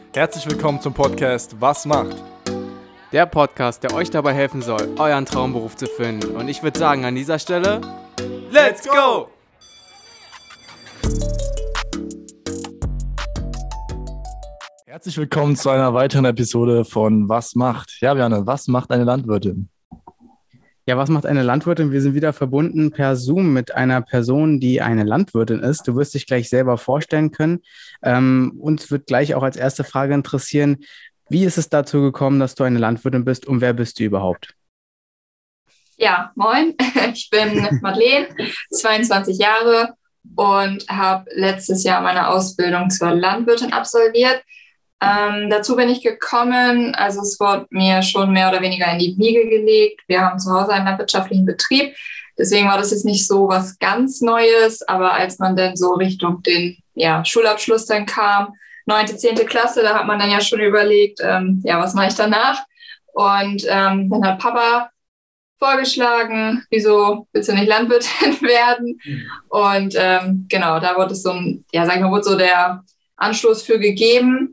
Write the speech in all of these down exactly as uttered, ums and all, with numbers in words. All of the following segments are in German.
Herzlich willkommen zum Podcast Was macht? Der Podcast, der euch dabei helfen soll, euren Traumberuf zu finden. Und ich würde sagen, an dieser Stelle, Let's go! Herzlich willkommen zu einer weiteren Episode von Was macht? Ja, Bjarne, was macht eine Landwirtin? Ja, was macht eine Landwirtin? Wir sind wieder verbunden per Zoom mit einer Person, die eine Landwirtin ist. Du wirst dich gleich selber vorstellen können. Ähm, uns wird gleich auch als erste Frage interessieren, wie ist es dazu gekommen, dass du eine Landwirtin bist und wer bist du überhaupt? Ja, moin, ich bin Madeleine, zweiundzwanzig Jahre und habe letztes Jahr meine Ausbildung zur Landwirtin absolviert. Ähm, dazu bin ich gekommen, also es wurde mir schon mehr oder weniger in die Wiege gelegt. Wir haben zu Hause einen landwirtschaftlichen Betrieb, deswegen war das jetzt nicht so was ganz Neues, aber als man dann so Richtung den ja, Schulabschluss dann kam, neunte, zehnte Klasse, da hat man dann ja schon überlegt, ähm, ja, was mache ich danach? Und ähm, dann hat Papa vorgeschlagen, wieso willst du nicht Landwirtin werden? Und ähm, genau, da wurde es so ein, ja, sag ich mal, wurde so der Anstoß für gegeben.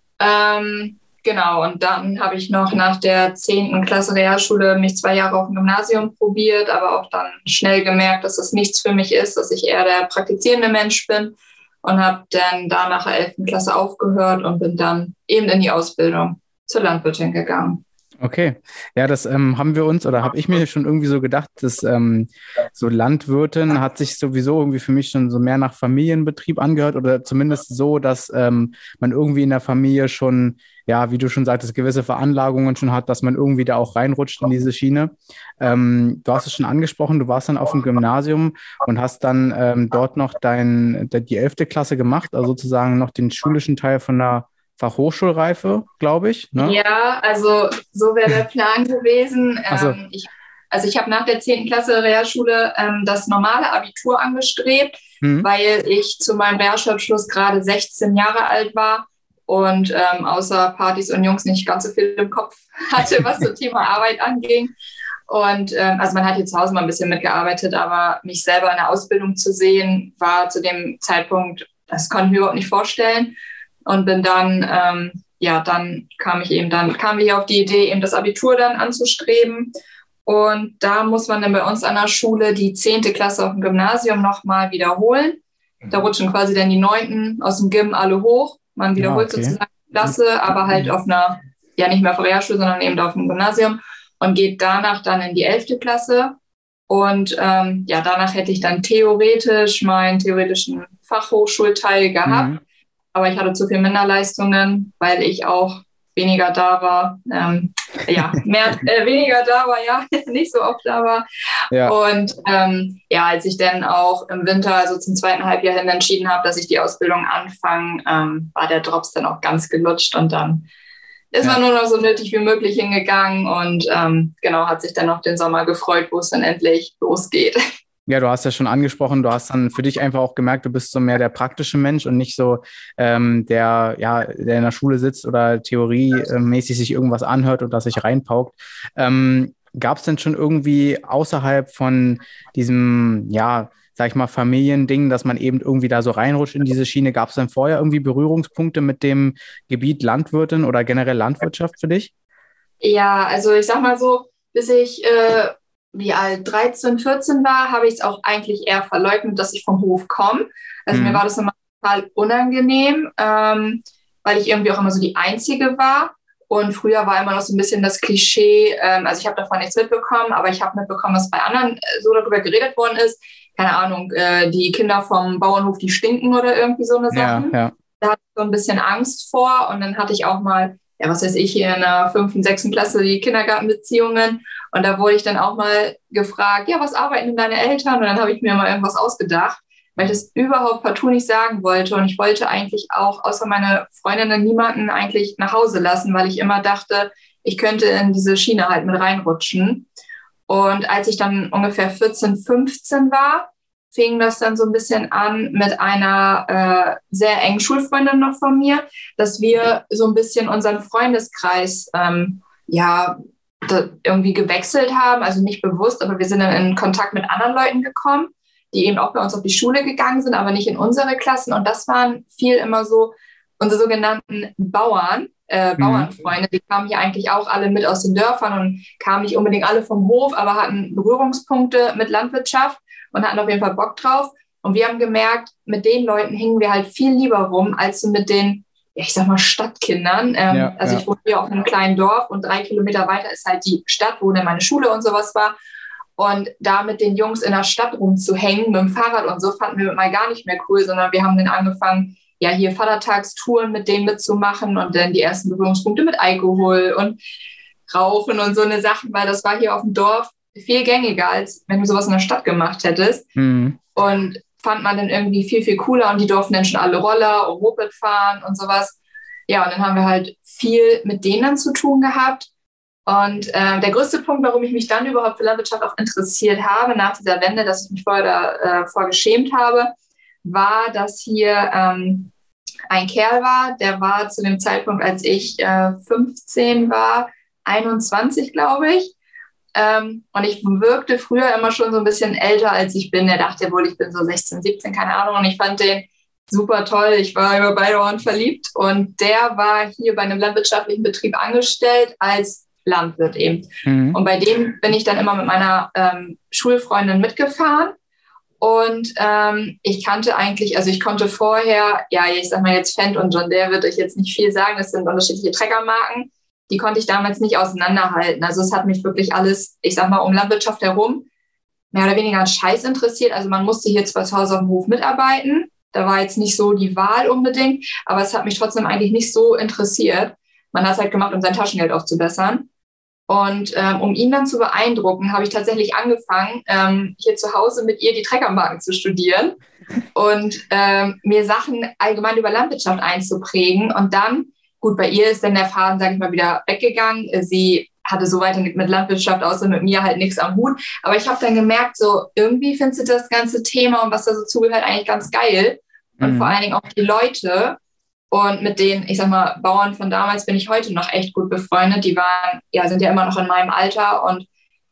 Ähm, genau, und dann habe ich noch nach der zehnten Klasse Realschule mich zwei Jahre auf dem Gymnasium probiert, aber auch dann schnell gemerkt, dass das nichts für mich ist, dass ich eher der praktizierende Mensch bin und habe dann da nach der elften Klasse aufgehört und bin dann eben in die Ausbildung zur Landwirtin gegangen. Okay, ja, das ähm, haben wir uns oder habe ich mir schon irgendwie so gedacht, dass ähm, so Landwirtin hat sich sowieso irgendwie für mich schon so mehr nach Familienbetrieb angehört oder zumindest so, dass ähm, man irgendwie in der Familie schon, ja, wie du schon sagtest, gewisse Veranlagungen schon hat, dass man irgendwie da auch reinrutscht in diese Schiene. Ähm, du hast es schon angesprochen, du warst dann auf dem Gymnasium und hast dann ähm, dort noch dein, die elfte Klasse gemacht, also sozusagen noch den schulischen Teil von der Fachhochschulreife, glaube ich. Ne? Ja, also so wäre der Plan gewesen. So. Ähm, ich, also ich habe nach der zehnten Klasse Realschule ähm, das normale Abitur angestrebt, mhm. weil ich zu meinem Realschulabschluss gerade sechzehn Jahre alt war und ähm, außer Partys und Jungs nicht ganz so viel im Kopf hatte, was das Thema Arbeit anging. Und ähm, also man hat hier zu Hause mal ein bisschen mitgearbeitet, aber mich selber in der Ausbildung zu sehen, war zu dem Zeitpunkt, das konnte ich mir überhaupt nicht vorstellen. Und bin dann, ähm, ja, dann kam ich eben, dann kamen wir hier auf die Idee, eben das Abitur dann anzustreben. Und da muss man dann bei uns an der Schule die zehnte Klasse auf dem Gymnasium nochmal wiederholen. Da rutschen quasi dann die Neunten aus dem Gym alle hoch. Man wiederholt ja, okay. sozusagen die Klasse, aber halt auf einer, ja nicht mehr auf der Realschule, sondern eben auf dem Gymnasium und geht danach dann in die elfte Klasse. Und ähm, ja, danach hätte ich dann theoretisch meinen theoretischen Fachhochschulteil gehabt. Mhm. Aber ich hatte zu viele Minderleistungen, weil ich auch weniger da war. Ähm, ja, mehr, äh, weniger da war, ja, nicht so oft da war. Ja. Und ähm, ja, als ich dann auch im Winter, also zum zweiten Halbjahr hin entschieden habe, dass ich die Ausbildung anfange, ähm, war der Drops dann auch ganz gelutscht und dann ist ja. man nur noch so nötig wie möglich hingegangen und ähm, genau, hat sich dann noch den Sommer gefreut, wo es dann endlich losgeht. Ja, du hast ja schon angesprochen, du hast dann für dich einfach auch gemerkt, du bist so mehr der praktische Mensch und nicht so ähm, der, ja, der in der Schule sitzt oder theoriemäßig sich irgendwas anhört und das sich reinpaukt. Ähm, gab es denn schon irgendwie außerhalb von diesem, ja, sag ich mal, Familiending, dass man eben irgendwie da so reinrutscht in diese Schiene, gab es denn vorher irgendwie Berührungspunkte mit dem Gebiet Landwirtin oder generell Landwirtschaft für dich? Ja, also ich sag mal so, bis ich äh wie alt dreizehn, vierzehn war, habe ich es auch eigentlich eher verleugnet, dass ich vom Hof komme. Also mhm. mir war das immer total unangenehm, ähm, weil ich irgendwie auch immer so die Einzige war. Und früher war immer noch so ein bisschen das Klischee, ähm, also ich habe davon nichts mitbekommen, aber ich habe mitbekommen, dass bei anderen äh, so darüber geredet worden ist. Keine Ahnung, äh, die Kinder vom Bauernhof, die stinken oder irgendwie so eine Sache. Ja, ja. Da hatte ich so ein bisschen Angst vor und dann hatte ich auch mal ja, was weiß ich, hier in der fünften, sechsten Klasse die Kindergartenbeziehungen. Und da wurde ich dann auch mal gefragt, ja, was arbeiten denn deine Eltern? Und dann habe ich mir mal irgendwas ausgedacht, weil ich das überhaupt partout nicht sagen wollte. Und ich wollte eigentlich auch außer meine Freundinnen niemanden eigentlich nach Hause lassen, weil ich immer dachte, ich könnte in diese Schiene halt mit reinrutschen. Und als ich dann ungefähr vierzehn, fünfzehn war, fing das dann so ein bisschen an mit einer äh, sehr engen Schulfreundin noch von mir, dass wir so ein bisschen unseren Freundeskreis ähm, ja irgendwie gewechselt haben, also nicht bewusst, aber wir sind dann in Kontakt mit anderen Leuten gekommen, die eben auch bei uns auf die Schule gegangen sind, aber nicht in unsere Klassen. Und das waren viel immer so unsere sogenannten Bauern, äh, Mhm. Bauernfreunde, die kamen hier eigentlich auch alle mit aus den Dörfern und kamen nicht unbedingt alle vom Hof, aber hatten Berührungspunkte mit Landwirtschaft und hatten auf jeden Fall Bock drauf. Und wir haben gemerkt, mit den Leuten hingen wir halt viel lieber rum, als so mit den, ja, ich sag mal, Stadtkindern. Ähm, Ja, also ja. ich wohne hier auf einem kleinen Dorf und drei Kilometer weiter ist halt die Stadt, wo dann meine Schule und sowas war. Und da mit den Jungs in der Stadt rumzuhängen, mit dem Fahrrad und so, fanden wir mal gar nicht mehr cool, sondern wir haben dann angefangen, ja, hier Vatertagstouren mit denen mitzumachen und dann die ersten Berührungspunkte mit Alkohol und Rauchen und so eine Sachen, weil das war hier auf dem Dorf viel gängiger, als wenn du sowas in der Stadt gemacht hättest. Mhm. Und fand man dann irgendwie viel, viel cooler und die durften dann schon alle Roller und Moped fahren und sowas. Ja, und dann haben wir halt viel mit denen dann zu tun gehabt. Und äh, der größte Punkt, warum ich mich dann überhaupt für Landwirtschaft auch interessiert habe, nach dieser Wende, dass ich mich vorher davor äh, geschämt habe, war, dass hier ähm, ein Kerl war, der war zu dem Zeitpunkt, als ich äh, fünfzehn war, einundzwanzig, glaube ich. Ähm, und ich wirkte früher immer schon so ein bisschen älter, als ich bin. Der dachte wohl, ich bin so sechzehn, siebzehn, keine Ahnung. Und ich fand den super toll. Ich war über beide Ohren verliebt. Und der war hier bei einem landwirtschaftlichen Betrieb angestellt als Landwirt eben. Mhm. Und bei dem bin ich dann immer mit meiner ähm, Schulfreundin mitgefahren. Und ähm, ich kannte eigentlich, also ich konnte vorher, ja, ich sag mal jetzt Fendt und John Deere würde ich jetzt nicht viel sagen, das sind unterschiedliche Treckermarken. Die konnte ich damals nicht auseinanderhalten. Also es hat mich wirklich alles, ich sag mal, um Landwirtschaft herum mehr oder weniger an Scheiß interessiert. Also man musste hier zwar zu Hause auf dem Hof mitarbeiten, da war jetzt nicht so die Wahl unbedingt, aber es hat mich trotzdem eigentlich nicht so interessiert. Man hat es halt gemacht, um sein Taschengeld aufzubessern. Und ähm, um ihn dann zu beeindrucken, habe ich tatsächlich angefangen, ähm, hier zu Hause mit ihr die Treckermarken zu studieren und ähm, mir Sachen allgemein über Landwirtschaft einzuprägen. Und dann, gut, bei ihr ist dann der Faden, sage ich mal, wieder weggegangen. Sie hatte so weiter mit Landwirtschaft außer mit mir halt nichts am Hut. Aber ich habe dann gemerkt, so irgendwie findest du das ganze Thema und was da so zugehört eigentlich ganz geil. Und mhm. vor allen Dingen auch die Leute. Und mit den, ich sag mal, Bauern von damals bin ich heute noch echt gut befreundet. Die waren, ja, sind ja immer noch in meinem Alter. Und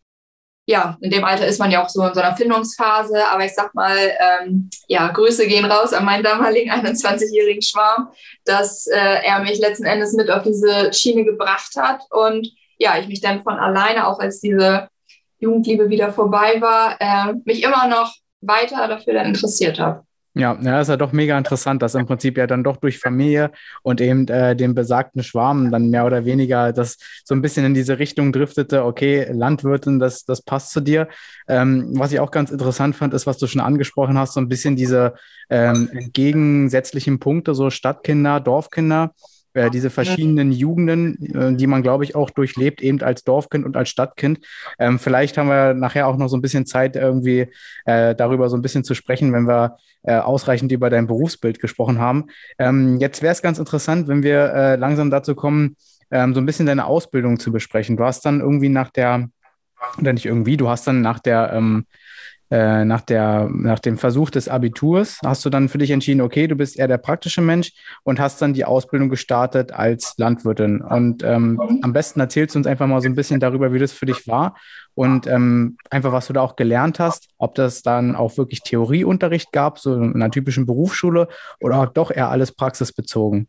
ja, in dem Alter ist man ja auch so in so einer Findungsphase. Aber ich sag mal, ähm, ja, Grüße gehen raus an meinen damaligen einundzwanzigjährigen Schwarm, dass äh, er mich letzten Endes mit auf diese Schiene gebracht hat. Und ja, ich mich dann von alleine, auch als diese Jugendliebe wieder vorbei war, äh, mich immer noch weiter dafür dann interessiert habe. Ja, ja, ist ja doch mega interessant, dass im Prinzip ja dann doch durch Familie und eben äh, den besagten Schwarm dann mehr oder weniger das so ein bisschen in diese Richtung driftete, okay, Landwirtin, das, das passt zu dir. Ähm, was ich auch ganz interessant fand, ist, was du schon angesprochen hast, so ein bisschen diese ähm, gegensätzlichen Punkte, so Stadtkinder, Dorfkinder. Äh, diese verschiedenen Jugenden, äh, die man, glaube ich, auch durchlebt, eben als Dorfkind und als Stadtkind. Ähm, vielleicht haben wir nachher auch noch so ein bisschen Zeit, irgendwie äh, darüber so ein bisschen zu sprechen, wenn wir äh, ausreichend über dein Berufsbild gesprochen haben. Ähm, jetzt wäre es ganz interessant, wenn wir äh, langsam dazu kommen, ähm, so ein bisschen deine Ausbildung zu besprechen. Du hast dann irgendwie nach der, oder nicht irgendwie, du hast dann nach der ähm, Nach, der, nach dem Versuch des Abiturs hast du dann für dich entschieden, okay, du bist eher der praktische Mensch und hast dann die Ausbildung gestartet als Landwirtin. Und ähm, am besten erzählst du uns einfach mal so ein bisschen darüber, wie das für dich war und ähm, einfach, was du da auch gelernt hast, ob das dann auch wirklich Theorieunterricht gab, so in einer typischen Berufsschule oder doch eher alles praxisbezogen.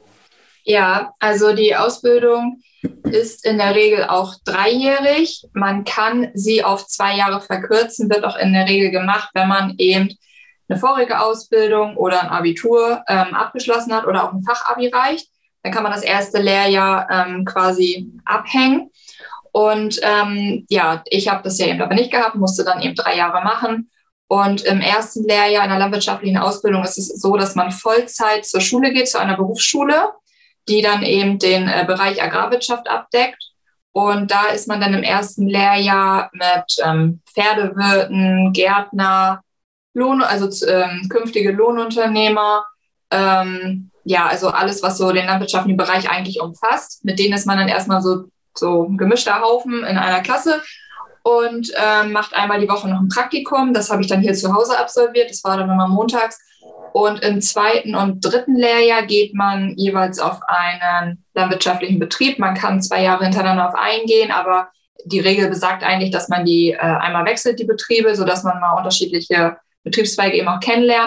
Ja, also die Ausbildung ist in der Regel auch dreijährig. Man kann sie auf zwei Jahre verkürzen, wird auch in der Regel gemacht, wenn man eben eine vorige Ausbildung oder ein Abitur ähm, abgeschlossen hat oder auch ein Fachabi reicht. Dann kann man das erste Lehrjahr ähm, quasi abhängen. Und ähm, ja, ich habe das ja eben aber nicht gehabt, musste dann eben drei Jahre machen. Und im ersten Lehrjahr in der landwirtschaftlichen Ausbildung ist es so, dass man Vollzeit zur Schule geht, zu einer Berufsschule, die dann eben den äh, Bereich Agrarwirtschaft abdeckt. Und da ist man dann im ersten Lehrjahr mit ähm, Pferdewirten, Gärtner, Lohn, also ähm, künftige Lohnunternehmer, ähm, ja, also alles, was so den landwirtschaftlichen Bereich eigentlich umfasst. Mit denen ist man dann erstmal so, so ein gemischter Haufen in einer Klasse und ähm, macht einmal die Woche noch ein Praktikum. Das habe ich dann hier zu Hause absolviert. Das war dann immer montags. Und im zweiten und dritten Lehrjahr geht man jeweils auf einen landwirtschaftlichen Betrieb. Man kann zwei Jahre hintereinander auf einen gehen, aber die Regel besagt eigentlich, dass man die äh, einmal wechselt, die Betriebe, sodass man mal unterschiedliche Betriebszweige eben auch kennenlernt.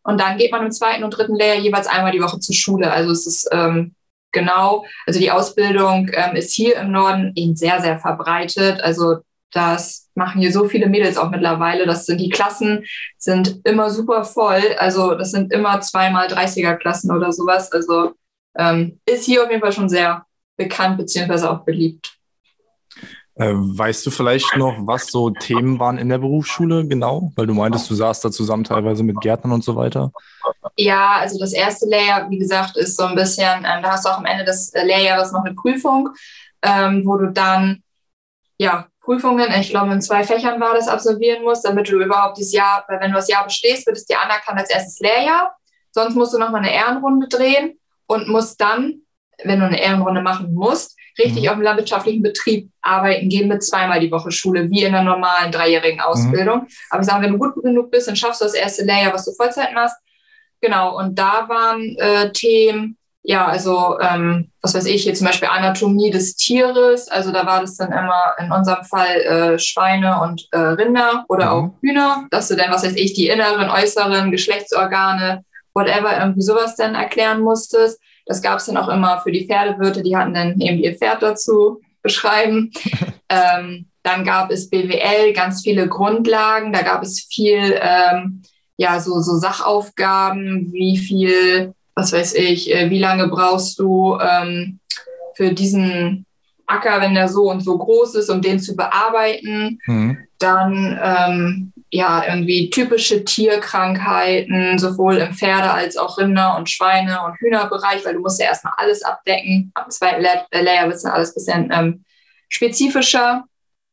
Und dann geht man im zweiten und dritten Lehrjahr jeweils einmal die Woche zur Schule. Also es ist ähm, genau, also die Ausbildung ähm, ist hier im Norden eben sehr, sehr verbreitet. Also das machen hier so viele Mädels auch mittlerweile. Das sind die Klassen, sind immer super voll. Also das sind immer zweimal dreißiger-Klassen oder sowas. Also ähm, ist hier auf jeden Fall schon sehr bekannt beziehungsweise auch beliebt. Äh, weißt du vielleicht noch, was so Themen waren in der Berufsschule genau? Weil du meintest, du saßt da zusammen teilweise mit Gärtnern und so weiter. Ja, also das erste Lehrjahr, wie gesagt, ist so ein bisschen, ähm, da hast du auch am Ende des Lehrjahres noch eine Prüfung, ähm, wo du dann, ja, Prüfungen, ich glaube in zwei Fächern war das, absolvieren musst, damit du überhaupt dieses Jahr, weil wenn du das Jahr bestehst, wird es dir anerkannt als erstes Lehrjahr. Sonst musst du nochmal eine Ehrenrunde drehen und musst dann, wenn du eine Ehrenrunde machen musst, richtig mhm. auf dem landwirtschaftlichen Betrieb arbeiten gehen mit zweimal die Woche Schule, wie in einer normalen dreijährigen Ausbildung. Mhm. Aber ich sage, wenn du gut genug bist, dann schaffst du das erste Lehrjahr, was du Vollzeit machst. Genau, und da waren äh, Themen, ja, also ähm, was weiß ich, hier zum Beispiel Anatomie des Tieres. Also da war das dann immer in unserem Fall äh, Schweine und äh, Rinder oder mhm. auch Hühner, dass du dann, was weiß ich, die inneren, äußeren Geschlechtsorgane, whatever, irgendwie sowas dann erklären musstest. Das gab es dann auch immer für die Pferdewirte, die hatten dann eben ihr Pferd dazu beschreiben. ähm, dann gab es B W L, ganz viele Grundlagen. Da gab es viel, ähm, ja, so, so Sachaufgaben, wie viel, was weiß ich, äh, wie lange brauchst du ähm, für diesen Acker, wenn der so und so groß ist, um den zu bearbeiten. Mhm. Dann ähm, ja irgendwie typische Tierkrankheiten, sowohl im Pferde- als auch Rinder- und Schweine- und Hühnerbereich, weil du musst ja erstmal alles abdecken. Am zweiten Layer wird es dann alles ein bisschen ähm, spezifischer.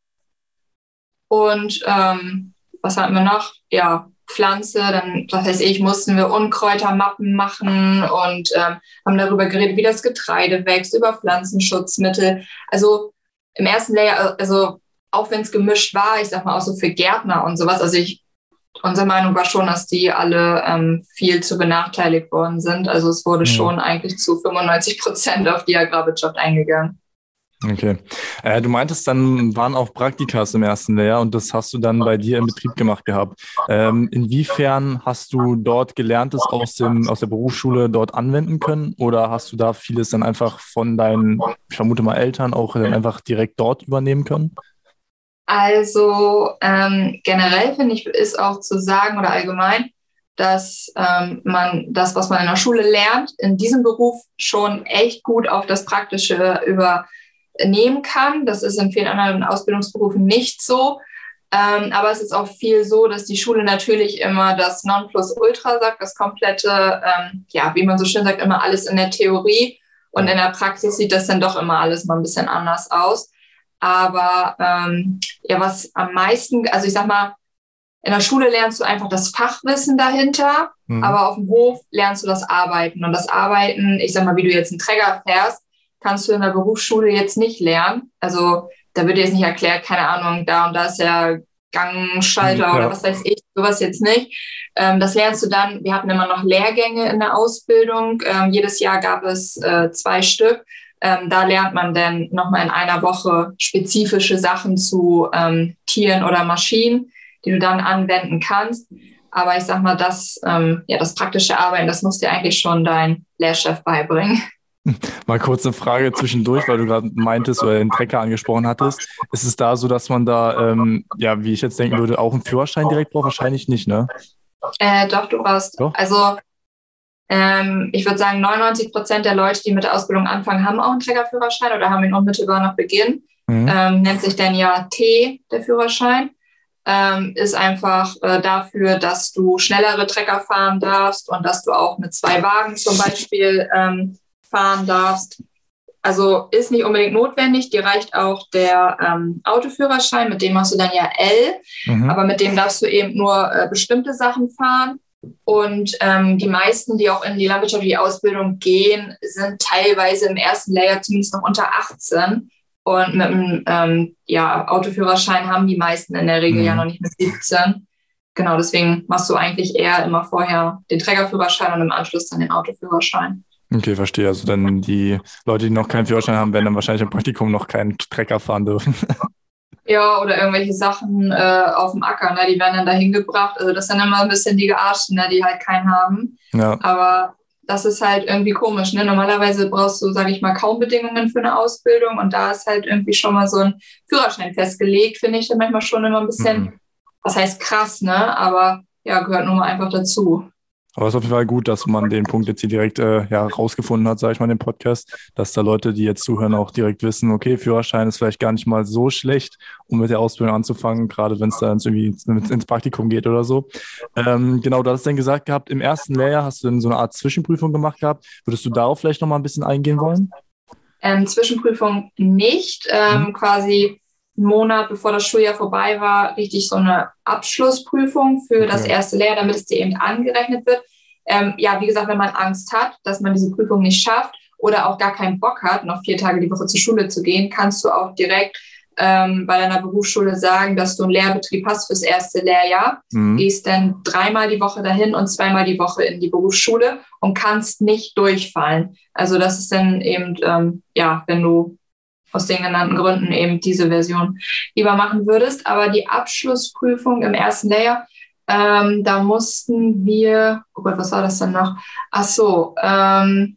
Und ähm, was hatten wir noch? Ja, Pflanze, dann, was weiß ich, mussten wir Unkräutermappen machen und ähm, haben darüber geredet, wie das Getreide wächst, über Pflanzenschutzmittel. Also im ersten Layer, also auch wenn es gemischt war, ich sag mal auch so für Gärtner und sowas, also ich, unsere Meinung war schon, dass die alle ähm, viel zu benachteiligt worden sind. Also es wurde mhm. schon eigentlich zu fünfundneunzig Prozent auf die Agrarwirtschaft eingegangen. Okay. Äh, du meintest, dann waren auch Praktikas im ersten Lehrjahr und das hast du dann bei dir im Betrieb gemacht gehabt. Ähm, inwiefern hast du dort Gelerntes aus dem, aus der Berufsschule dort anwenden können oder hast du da vieles dann einfach von deinen, ich vermute mal Eltern auch dann einfach direkt dort übernehmen können? Also ähm, generell finde ich, ist auch zu sagen oder allgemein, dass ähm, man das, was man in der Schule lernt, in diesem Beruf schon echt gut auf das Praktische über nehmen kann. Das ist in vielen anderen Ausbildungsberufen nicht so. Ähm, aber es ist auch viel so, dass die Schule natürlich immer das Nonplusultra sagt, das komplette, ähm, ja, wie man so schön sagt, immer alles in der Theorie. Und in der Praxis sieht das dann doch immer alles mal ein bisschen anders aus. Aber ähm, ja, was am meisten, also ich sag mal, in der Schule lernst du einfach das Fachwissen dahinter, mhm. aber auf dem Hof lernst du das Arbeiten. Und das Arbeiten, ich sag mal, wie du jetzt einen Träger fährst, kannst du in der Berufsschule jetzt nicht lernen. Also da wird dir jetzt nicht erklärt, keine Ahnung, da und da ist der Gangschalter ja. oder was weiß ich, sowas jetzt nicht. Ähm, das lernst du dann, wir hatten immer noch Lehrgänge in der Ausbildung. Ähm, jedes Jahr gab es äh, zwei Stück. Ähm, da lernt man dann nochmal in einer Woche spezifische Sachen zu ähm, Tieren oder Maschinen, die du dann anwenden kannst. Aber ich sag mal, das, ähm, ja, das praktische Arbeiten, das muss dir eigentlich schon dein Lehrchef beibringen. Mal kurz eine Frage zwischendurch, weil du gerade meintest oder den Trecker angesprochen hattest. Ist es da so, dass man da, ähm, ja, wie ich jetzt denken würde, auch einen Führerschein direkt braucht? Wahrscheinlich nicht, ne? Äh, doch, du brauchst. Doch? Also ähm, ich würde sagen, neunundneunzig Prozent der Leute, die mit der Ausbildung anfangen, haben auch einen Treckerführerschein oder haben ihn unmittelbar nach Beginn. Mhm. Ähm, nennt sich dann ja T, der Führerschein. Ähm, ist einfach äh, dafür, dass du schnellere Trecker fahren darfst und dass du auch mit zwei Wagen zum Beispiel ähm, fahren darfst. Also ist nicht unbedingt notwendig. Dir reicht auch der ähm, Autoführerschein, mit dem hast du dann ja L, mhm. aber mit dem darfst du eben nur äh, bestimmte Sachen fahren. Und ähm, die meisten, die auch in die landwirtschaftliche Ausbildung gehen, sind teilweise im ersten Lehrjahr zumindest noch unter achtzehn. Und mit einem ähm, ja, Autoführerschein haben die meisten in der Regel mhm. ja noch nicht mit siebzehn. Genau, deswegen machst du eigentlich eher immer vorher den Trägerführerschein und im Anschluss dann den Autoführerschein. Okay, verstehe. Also dann die Leute, die noch keinen Führerschein haben, werden dann wahrscheinlich im Praktikum noch keinen Trecker fahren dürfen. Ja, oder irgendwelche Sachen äh, auf dem Acker, ne? Die werden dann dahin gebracht. Also das sind immer ein bisschen die Gearschten, ne? Die halt keinen haben. Ja. Aber das ist halt irgendwie komisch, ne? Normalerweise brauchst du, sage ich mal, kaum Bedingungen für eine Ausbildung und da ist halt irgendwie schon mal so ein Führerschein festgelegt, finde ich dann manchmal schon immer ein bisschen, mhm. was heißt krass, ne? Aber ja, gehört nun mal einfach dazu. Aber es ist auf jeden Fall gut, dass man den Punkt jetzt hier direkt äh, ja, rausgefunden hat, sage ich mal, in dem Podcast, dass da Leute, die jetzt zuhören, auch direkt wissen, okay, Führerschein ist vielleicht gar nicht mal so schlecht, um mit der Ausbildung anzufangen, gerade wenn es da ins, irgendwie ins, ins Praktikum geht oder so. Ähm, genau, du hast dann gesagt gehabt, im ersten Lehrjahr hast du dann so eine Art Zwischenprüfung gemacht gehabt. Würdest du darauf vielleicht nochmal ein bisschen eingehen wollen? Ähm, Zwischenprüfung nicht, ähm, mhm. quasi einen Monat bevor das Schuljahr vorbei war, richtig so eine Abschlussprüfung für okay. das erste Lehrjahr, damit es dir eben angerechnet wird. Ähm, ja, wie gesagt, wenn man Angst hat, dass man diese Prüfung nicht schafft oder auch gar keinen Bock hat, noch vier Tage die Woche zur Schule zu gehen, kannst du auch direkt ähm, bei deiner Berufsschule sagen, dass du einen Lehrbetrieb hast fürs erste Lehrjahr. Mhm. Gehst dann dreimal die Woche dahin und zweimal die Woche in die Berufsschule und kannst nicht durchfallen. Also das ist dann eben, ähm, ja, wenn du aus den genannten Gründen eben diese Version lieber machen würdest. Aber die Abschlussprüfung im ersten Lehrjahr, ähm, da mussten wir, oh Gott, was war das denn noch? Ach so, ähm,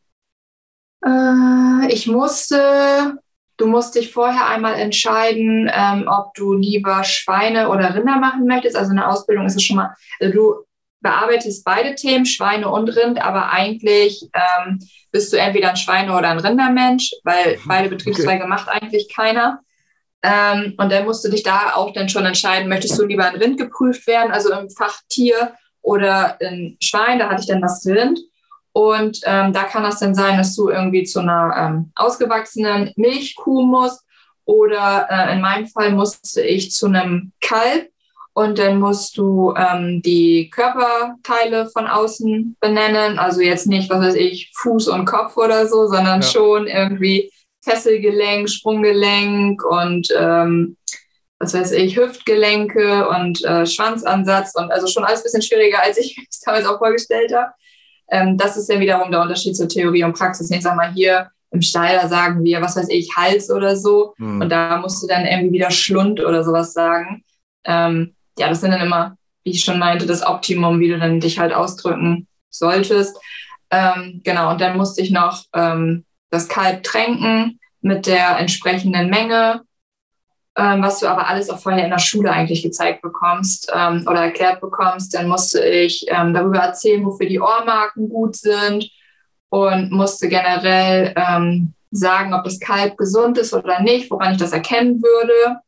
äh, ich musste, du musst dich vorher einmal entscheiden, ähm, ob du lieber Schweine oder Rinder machen möchtest. Also eine Ausbildung ist es schon mal, also du bearbeitest beide Themen, Schweine und Rind, aber eigentlich ähm, bist du entweder ein Schweine- oder ein Rindermensch, weil beide Betriebszweige okay. macht eigentlich keiner. Ähm, und dann musst du dich da auch dann schon entscheiden, möchtest du lieber ein Rind geprüft werden, also im Fach Tier oder ein Schwein, da hatte ich dann das Rind. Und ähm, da kann das dann sein, dass du irgendwie zu einer ähm, ausgewachsenen Milchkuh musst oder äh, in meinem Fall musste ich zu einem Kalb. Und dann musst du ähm, die Körperteile von außen benennen. Also jetzt nicht, was weiß ich, Fuß und Kopf oder so, sondern ja. schon irgendwie Fesselgelenk, Sprunggelenk und ähm, was weiß ich, Hüftgelenke und äh, Schwanzansatz. Und also schon alles ein bisschen schwieriger, als ich es damals auch vorgestellt habe. Ähm, das ist ja wiederum der Unterschied zur Theorie und Praxis. Ich sag mal, hier im Stall, da sagen wir, was weiß ich, Hals oder so. Mhm. Und da musst du dann irgendwie wieder Schlund oder sowas sagen. Ähm, Ja, das sind dann immer, wie ich schon meinte, das Optimum, wie du dann dich halt ausdrücken solltest. Ähm, genau, und dann musste ich noch ähm, das Kalb tränken mit der entsprechenden Menge, ähm, was du aber alles auch vorher in der Schule eigentlich gezeigt bekommst ähm, oder erklärt bekommst. Dann musste ich ähm, darüber erzählen, wofür die Ohrmarken gut sind und musste generell ähm, sagen, ob das Kalb gesund ist oder nicht, woran ich das erkennen würde.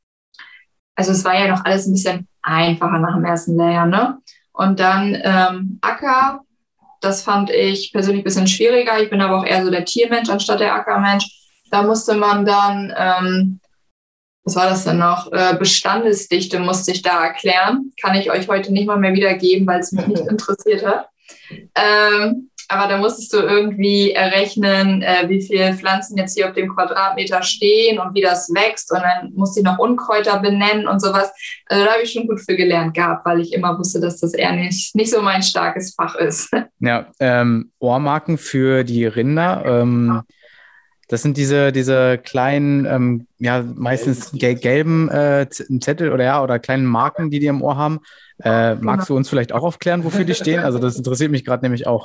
Also es war ja noch alles ein bisschen einfacher nach dem ersten Lehrjahr, ne? Und dann ähm, Acker, das fand ich persönlich ein bisschen schwieriger. Ich bin aber auch eher so der Tiermensch anstatt der Ackermensch. Da musste man dann, ähm, was war das denn noch? Äh, Bestandesdichte musste ich da erklären. Kann ich euch heute nicht mal mehr wiedergeben, weil es mich nicht interessiert hat. Ähm, aber da musstest du irgendwie errechnen, äh, wie viele Pflanzen jetzt hier auf dem Quadratmeter stehen und wie das wächst. Und dann musste ich noch Unkräuter benennen und sowas. Also da habe ich schon gut für gelernt gehabt, weil ich immer wusste, dass das eher nicht, nicht so mein starkes Fach ist. Ja, ähm, Ohrmarken für die Rinder. Ähm, das sind diese, diese kleinen, ähm, ja, meistens gel- gelben äh, Zettel oder ja, oder kleinen Marken, die die im Ohr haben. Äh, magst du uns vielleicht auch aufklären, wofür die stehen? Also das interessiert mich gerade nämlich auch.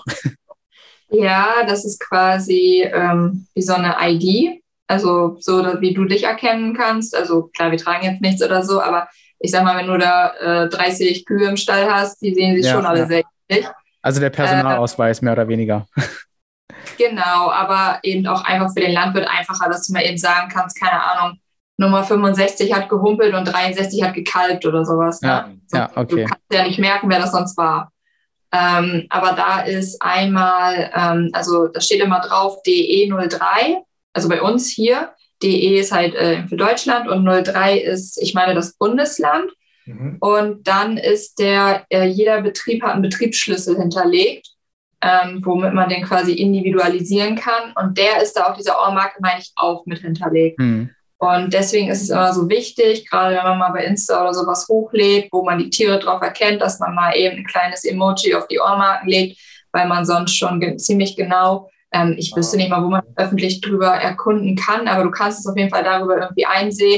Ja, das ist quasi ähm, wie so eine I D, also so, wie du dich erkennen kannst. Also klar, wir tragen jetzt nichts oder so, aber ich sag mal, wenn du da äh, dreißig Kühe im Stall hast, die sehen sich ja, schon alle ja. sehr ähnlich. Also der Personalausweis, äh, mehr oder weniger. Genau, aber eben auch einfach für den Landwirt einfacher, dass du mal eben sagen kannst, keine Ahnung, Nummer fünfundsechzig hat gehumpelt und dreiundsechzig hat gekalbt oder sowas. Ne? Ja, so, ja, okay. Du kannst ja nicht merken, wer das sonst war. Ähm, aber da ist einmal, ähm, also da steht immer drauf D E null drei, also bei uns hier. D E ist halt äh, für Deutschland und null drei ist, ich meine, das Bundesland. Mhm. Und dann ist der, äh, jeder Betrieb hat einen Betriebsschlüssel hinterlegt, ähm, womit man den quasi individualisieren kann. Und der ist da auf dieser Ohrmarke, meine ich, auch mit hinterlegt. Mhm. Und deswegen ist es immer so wichtig, gerade wenn man mal bei Insta oder sowas hochlädt, wo man die Tiere drauf erkennt, dass man mal eben ein kleines Emoji auf die Ohrmarken legt, weil man sonst schon ge- ziemlich genau, ähm, ich wüsste nicht mal, wo man öffentlich drüber erkunden kann, aber du kannst es auf jeden Fall darüber irgendwie einsehen,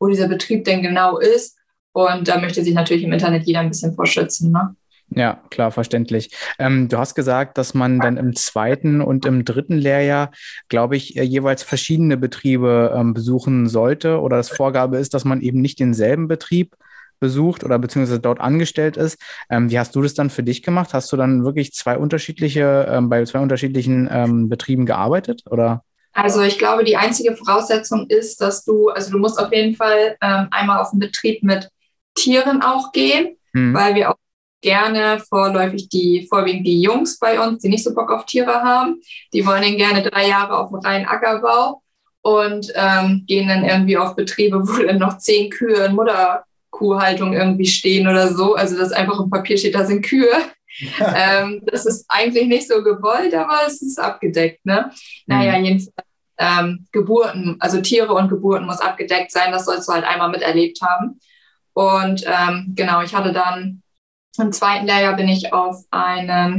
wo dieser Betrieb denn genau ist. Und da möchte sich natürlich im Internet jeder ein bisschen vor schützen, ne? Ja, klar, verständlich. Ähm, du hast gesagt, dass man dann im zweiten und im dritten Lehrjahr, glaube ich, jeweils verschiedene Betriebe ähm, besuchen sollte oder das Vorgabe ist, dass man eben nicht denselben Betrieb besucht oder beziehungsweise dort angestellt ist. Ähm, wie hast du das dann für dich gemacht? Hast du dann wirklich zwei unterschiedliche, ähm, bei zwei unterschiedlichen ähm, Betrieben gearbeitet oder? Also ich glaube, die einzige Voraussetzung ist, dass du, also du musst auf jeden Fall ähm, einmal auf den Betrieb mit Tieren auch gehen, hm. weil wir auch gerne vorläufig die, vorwiegend die Jungs bei uns, die nicht so Bock auf Tiere haben, die wollen dann gerne drei Jahre auf dem reinen Ackerbau und ähm, gehen dann irgendwie auf Betriebe, wo dann noch zehn Kühe in Mutterkuhhaltung irgendwie stehen oder so. Also dass einfach im Papier steht, da sind Kühe. ähm, das ist eigentlich nicht so gewollt, aber es ist abgedeckt, ne? Mhm. Naja, jedenfalls ähm, Geburten, also Tiere und Geburten muss abgedeckt sein, das sollst du halt einmal miterlebt haben. Und ähm, genau, ich hatte dann im zweiten Lehrjahr bin ich auf einen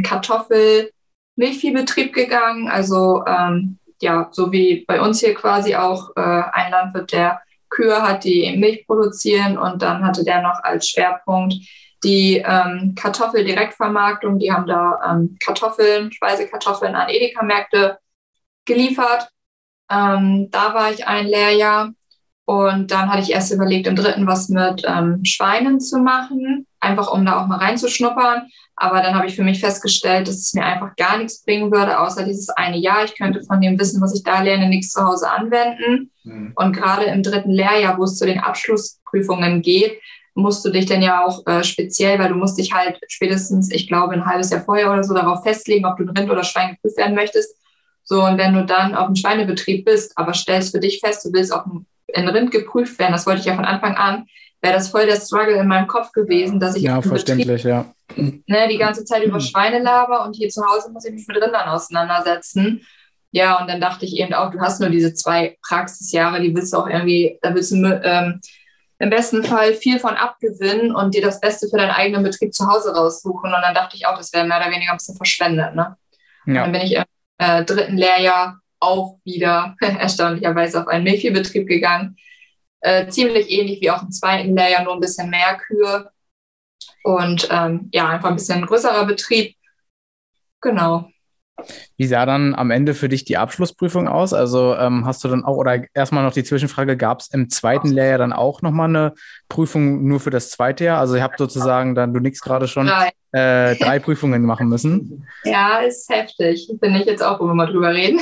Kartoffel-Milchviehbetrieb gegangen, also ähm, ja, so wie bei uns hier quasi auch äh, ein Landwirt, der Kühe hat, die Milch produzieren, und dann hatte der noch als Schwerpunkt die ähm, Kartoffeldirektvermarktung. Die haben da ähm, Kartoffeln, Speisekartoffeln an Edeka-Märkte geliefert. Ähm, da war ich ein Lehrjahr. Und dann hatte ich erst überlegt, im dritten was mit ähm, Schweinen zu machen, einfach um da auch mal reinzuschnuppern. Aber dann habe ich für mich festgestellt, dass es mir einfach gar nichts bringen würde, außer dieses eine Jahr. Ich könnte von dem Wissen, was ich da lerne, nichts zu Hause anwenden. Mhm. Und gerade im dritten Lehrjahr, wo es zu den Abschlussprüfungen geht, musst du dich dann ja auch äh, speziell, weil du musst dich halt spätestens, ich glaube, ein halbes Jahr vorher oder so darauf festlegen, ob du ein Rind oder Schwein geprüft werden möchtest. So, und wenn du dann auf einem Schweinebetrieb bist, aber stellst für dich fest, du willst auf einem in Rind geprüft werden, das wollte ich ja von Anfang an, wäre das voll der Struggle in meinem Kopf gewesen, dass ich ja, verständlich, Betrieb, ja. ne, die ganze Zeit über Schweine laber und hier zu Hause muss ich mich mit Rindern auseinandersetzen. Ja, und dann dachte ich eben auch, du hast nur diese zwei Praxisjahre, die willst du auch irgendwie, da willst du ähm, im besten Fall viel von abgewinnen und dir das Beste für deinen eigenen Betrieb zu Hause raussuchen. Und dann dachte ich auch, das wäre mehr oder weniger ein bisschen verschwendet, ne? Ja. Und dann bin ich im äh, dritten Lehrjahr auch wieder erstaunlicherweise auf einen Milchviehbetrieb gegangen. Äh, ziemlich ähnlich wie auch im zweiten Lehrjahr, nur ein bisschen mehr Kühe. Und ähm, ja, einfach ein bisschen größerer Betrieb. Genau. Wie sah dann am Ende für dich die Abschlussprüfung aus? Also ähm, hast du dann auch, oder erstmal noch die Zwischenfrage, gab es im zweiten Lehrjahr dann auch nochmal eine Prüfung nur für das zweite Jahr? Also ihr habt sozusagen dann, du nix gerade schon, drei. Äh, drei Prüfungen machen müssen. Ja, ist heftig. Bin ich jetzt auch, wo wir mal drüber reden.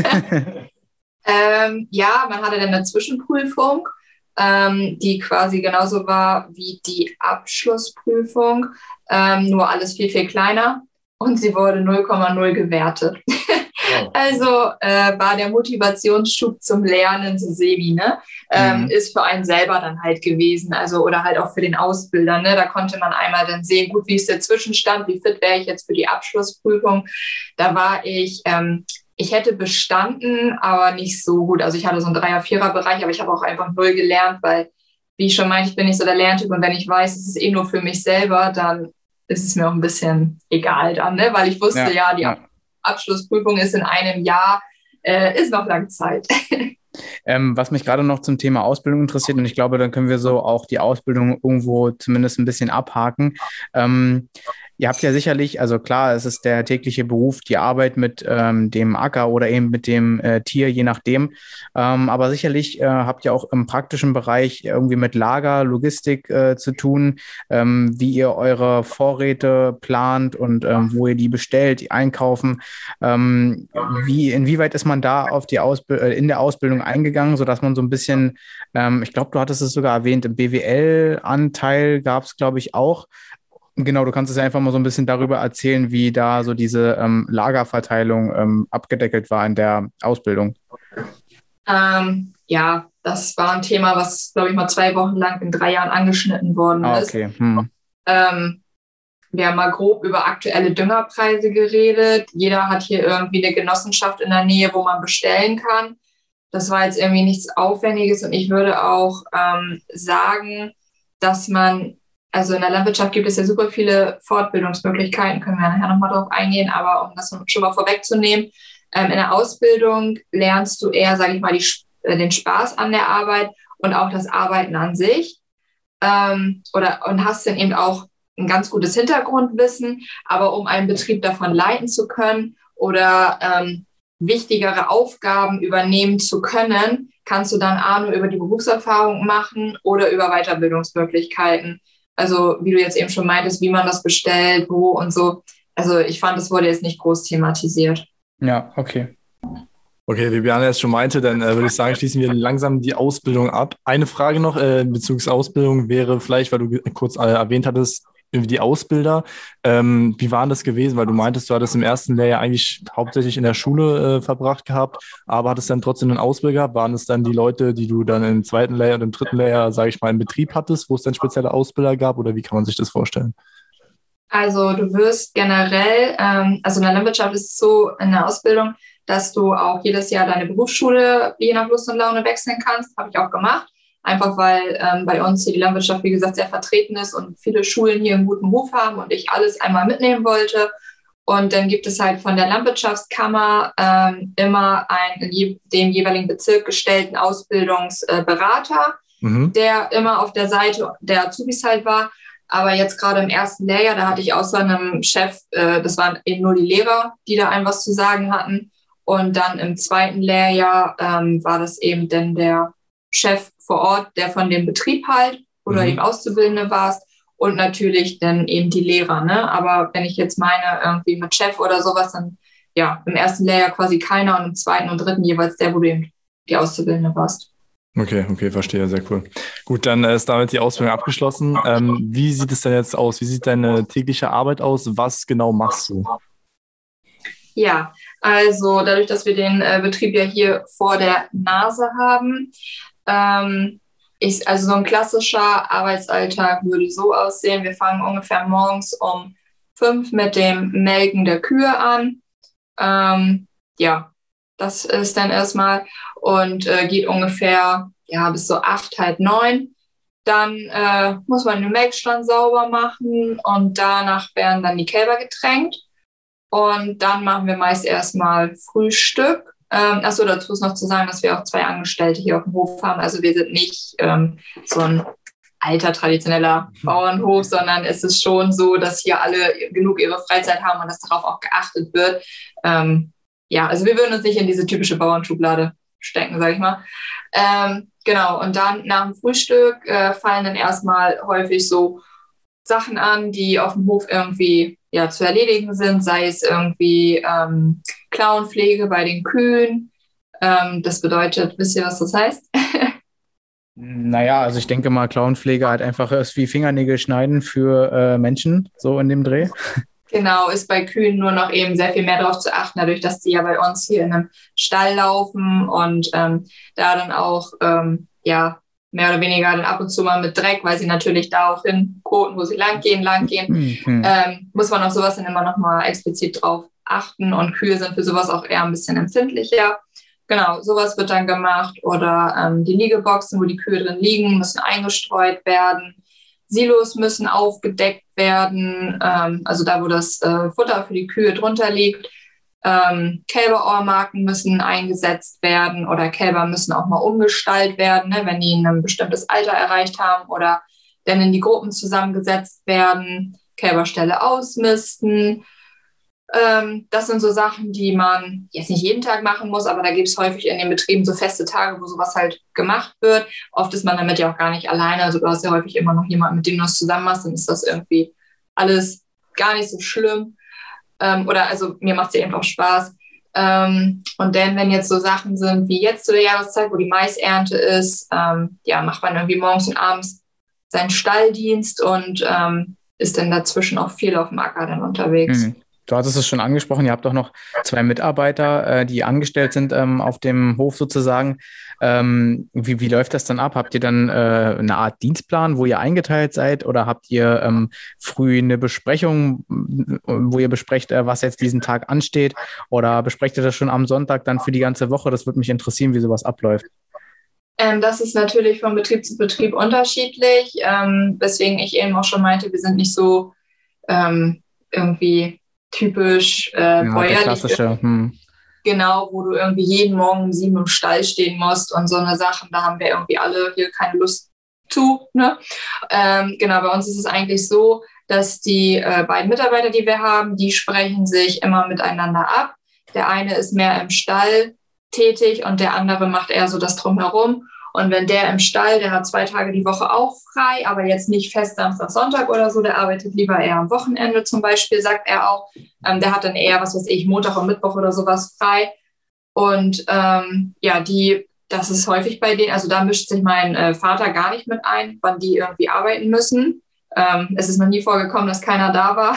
ähm, ja, man hatte dann eine Zwischenprüfung, ähm, die quasi genauso war wie die Abschlussprüfung, ähm, nur alles viel, viel kleiner. Und sie wurde null Komma null gewertet. Oh. Also äh, war der Motivationsschub zum Lernen so semi, ne? Ähm, mhm. Ist für einen selber dann halt gewesen. Also oder halt auch für den Ausbilder, ne? Da konnte man einmal dann sehen, gut, wie ist der Zwischenstand, wie fit wäre ich jetzt für die Abschlussprüfung. Da war ich, ähm, ich hätte bestanden, aber nicht so gut. Also ich hatte so einen Dreier-Vierer-Bereich, aber ich habe auch einfach null gelernt, weil, wie ich schon meinte, ich bin nicht so der Lerntyp. Und wenn ich weiß, es ist eh nur für mich selber, dann ist es mir auch ein bisschen egal dann, ne? Weil ich wusste, ja, ja die ja. Abschlussprüfung ist in einem Jahr, äh, ist noch lange Zeit. Ähm, was mich gerade noch zum Thema Ausbildung interessiert, und ich glaube, dann können wir so auch die Ausbildung irgendwo zumindest ein bisschen abhaken. Ähm, ihr habt ja sicherlich, also klar, es ist der tägliche Beruf, die Arbeit mit ähm, dem Acker oder eben mit dem äh, Tier, je nachdem. Ähm, aber sicherlich äh, habt ihr auch im praktischen Bereich irgendwie mit Lager, Logistik äh, zu tun, ähm, wie ihr eure Vorräte plant und ähm, wo ihr die bestellt, die einkaufen. Ähm, wie, inwieweit ist man da auf die Ausb- äh, in der Ausbildung eingegangen, sodass man so ein bisschen, ähm, ich glaube, du hattest es sogar erwähnt, im B W L-Anteil gab es, glaube ich, auch. Genau, du kannst es ja einfach mal so ein bisschen darüber erzählen, wie da so diese ähm, Lagerverteilung ähm, abgedeckelt war in der Ausbildung. Ähm, ja, das war ein Thema, was, glaube ich, mal zwei Wochen lang in drei Jahren angeschnitten worden ah, ist. Okay. Hm. Ähm, wir haben mal grob über aktuelle Düngerpreise geredet. Jeder hat hier irgendwie eine Genossenschaft in der Nähe, wo man bestellen kann. Das war jetzt irgendwie nichts Aufwendiges und ich würde auch ähm, sagen, dass man, also in der Landwirtschaft gibt es ja super viele Fortbildungsmöglichkeiten, können wir nachher nochmal drauf eingehen, aber um das schon mal vorwegzunehmen, ähm, in der Ausbildung lernst du eher, sage ich mal, die äh, den Spaß an der Arbeit und auch das Arbeiten an sich. Ähm, oder, und hast dann eben auch ein ganz gutes Hintergrundwissen, aber um einen Betrieb davon leiten zu können oder ähm, wichtigere Aufgaben übernehmen zu können, kannst du dann A nur über die Berufserfahrung machen oder über Weiterbildungsmöglichkeiten. Also wie du jetzt eben schon meintest, wie man das bestellt, wo und so. Also ich fand, das wurde jetzt nicht groß thematisiert. Ja, okay. Okay, wie Bjarne jetzt schon meinte, dann äh, würde ich sagen, schließen wir langsam die Ausbildung ab. Eine Frage noch äh, bezüglich Ausbildung wäre vielleicht, weil du ge- kurz äh, erwähnt hattest, irgendwie die Ausbilder. Ähm, wie waren das gewesen? Weil du meintest, du hattest im ersten Lehrjahr eigentlich hauptsächlich in der Schule äh, verbracht gehabt, aber hattest dann trotzdem einen Ausbilder gehabt. Waren es dann die Leute, die du dann im zweiten Lehrjahr und im dritten Lehrjahr, sage ich mal, im Betrieb hattest, wo es dann spezielle Ausbilder gab? Oder wie kann man sich das vorstellen? Also du wirst generell, ähm, also in der Landwirtschaft ist es so in der Ausbildung, dass du auch jedes Jahr deine Berufsschule je nach Lust und Laune wechseln kannst. Habe ich auch gemacht. Einfach weil ähm, bei uns hier die Landwirtschaft, wie gesagt, sehr vertreten ist und viele Schulen hier einen guten Ruf haben und ich alles einmal mitnehmen wollte. Und dann gibt es halt von der Landwirtschaftskammer ähm, immer einen in je, dem jeweiligen Bezirk gestellten Ausbildungsberater, mhm. der immer auf der Seite der Azubis halt war. Aber jetzt gerade im ersten Lehrjahr, da hatte ich außer einem Chef, äh, das waren eben nur die Lehrer, die da einem was zu sagen hatten. Und dann im zweiten Lehrjahr ähm, war das eben dann der Chef vor Ort, der von dem Betrieb halt oder mhm. eben Auszubildende warst und natürlich dann eben die Lehrer. Ne? Aber wenn ich jetzt meine, irgendwie mit Chef oder sowas, dann ja, im ersten Lehrjahr quasi keiner und im zweiten und dritten jeweils der, wo du eben die Auszubildende warst. Okay, okay, verstehe, sehr cool. Gut, dann ist damit die Ausbildung abgeschlossen. Ähm, wie sieht es denn jetzt aus? Wie sieht deine tägliche Arbeit aus? Was genau machst du? Ja, also dadurch, dass wir den äh, Betrieb ja hier vor der Nase haben, ähm, ich, also so ein klassischer Arbeitsalltag würde so aussehen. Wir fangen ungefähr morgens um fünf mit dem Melken der Kühe an. Ähm, ja, das ist dann erstmal und äh, geht ungefähr ja, bis so acht, halb neun. Dann äh, muss man den Melkstand sauber machen und danach werden dann die Kälber getränkt. Und dann machen wir meist erstmal Frühstück. Ähm, achso, dazu ist noch zu sagen, dass wir auch zwei Angestellte hier auf dem Hof haben. Also wir sind nicht ähm, so ein alter, traditioneller Bauernhof, sondern es ist schon so, dass hier alle genug ihre Freizeit haben und dass darauf auch geachtet wird. Ähm, ja, also wir würden uns nicht in diese typische Bauernschublade stecken, sag ich mal. Ähm, genau, und dann nach dem Frühstück äh, fallen dann erstmal häufig so Sachen an, die auf dem Hof irgendwie ja, zu erledigen sind, sei es irgendwie ähm, Klauenpflege bei den Kühen. Ähm, das bedeutet, wisst ihr, was das heißt? Naja, also ich denke mal, Klauenpflege halt einfach ist wie Fingernägel schneiden für äh, Menschen, so in dem Dreh. Genau, ist bei Kühen nur noch eben sehr viel mehr darauf zu achten, dadurch, dass die ja bei uns hier in einem Stall laufen und ähm, da dann auch ähm, ja, mehr oder weniger dann ab und zu mal mit Dreck, weil sie natürlich darauf hinkoten, wo sie lang gehen, lang gehen, mhm. ähm, muss man auf sowas dann immer noch mal explizit drauf achten und Kühe sind für sowas auch eher ein bisschen empfindlicher. Genau, sowas wird dann gemacht oder ähm, die Liegeboxen, wo die Kühe drin liegen, müssen eingestreut werden. Silos müssen aufgedeckt werden, ähm, also da, wo das äh, Futter für die Kühe drunter liegt. Ähm, Kälberohrmarken müssen eingesetzt werden oder Kälber müssen auch mal umgestallt werden, ne, wenn die ein bestimmtes Alter erreicht haben oder dann in die Gruppen zusammengesetzt werden, Kälberställe ausmisten. Ähm, das sind so Sachen, die man jetzt nicht jeden Tag machen muss, aber da gibt es häufig in den Betrieben so feste Tage, wo sowas halt gemacht wird. Oft ist man damit ja auch gar nicht alleine, also du hast ja häufig immer noch jemanden, mit dem du das zusammen machst, dann ist das irgendwie alles gar nicht so schlimm. Ähm, oder also mir macht es ja eben auch Spaß. Ähm, und dann, wenn jetzt so Sachen sind wie jetzt zu der Jahreszeit, wo die Maisernte ist, ähm, ja, macht man irgendwie morgens und abends seinen Stalldienst und ähm, ist dann dazwischen auch viel auf dem Acker dann unterwegs. Mhm. Du hattest es schon angesprochen, ihr habt doch noch zwei Mitarbeiter, äh, die angestellt sind ähm, auf dem Hof sozusagen. Ähm, wie, wie läuft das dann ab? Habt ihr dann äh, eine Art Dienstplan, wo ihr eingeteilt seid oder habt ihr ähm, früh eine Besprechung, wo ihr besprecht, äh, was jetzt diesen Tag ansteht oder besprecht ihr das schon am Sonntag dann für die ganze Woche? Das würde mich interessieren, wie sowas abläuft. Ähm, das ist natürlich von Betrieb zu Betrieb unterschiedlich, ähm, weswegen ich eben auch schon meinte, wir sind nicht so ähm, irgendwie typisch äh, ja, bäuerlich. Klassische. Hm. genau, wo du irgendwie jeden Morgen um sieben im Stall stehen musst und so eine Sachen. Da haben wir irgendwie alle hier keine Lust zu. Ne? Ähm, genau, bei uns ist es eigentlich so, dass die äh, beiden Mitarbeiter, die wir haben, die sprechen sich immer miteinander ab. Der eine ist mehr im Stall tätig und der andere macht eher so das Drumherum. Und wenn der im Stall, der hat zwei Tage die Woche auch frei, aber jetzt nicht fest Samstag, Sonntag oder so, der arbeitet lieber eher am Wochenende zum Beispiel, sagt er auch. Ähm, der hat dann eher, was weiß ich, Montag und Mittwoch oder sowas frei. Und ähm, ja, die, das ist häufig bei denen, also da mischt sich mein äh, Vater gar nicht mit ein, wann die irgendwie arbeiten müssen. Ähm, es ist noch nie vorgekommen, dass keiner da war.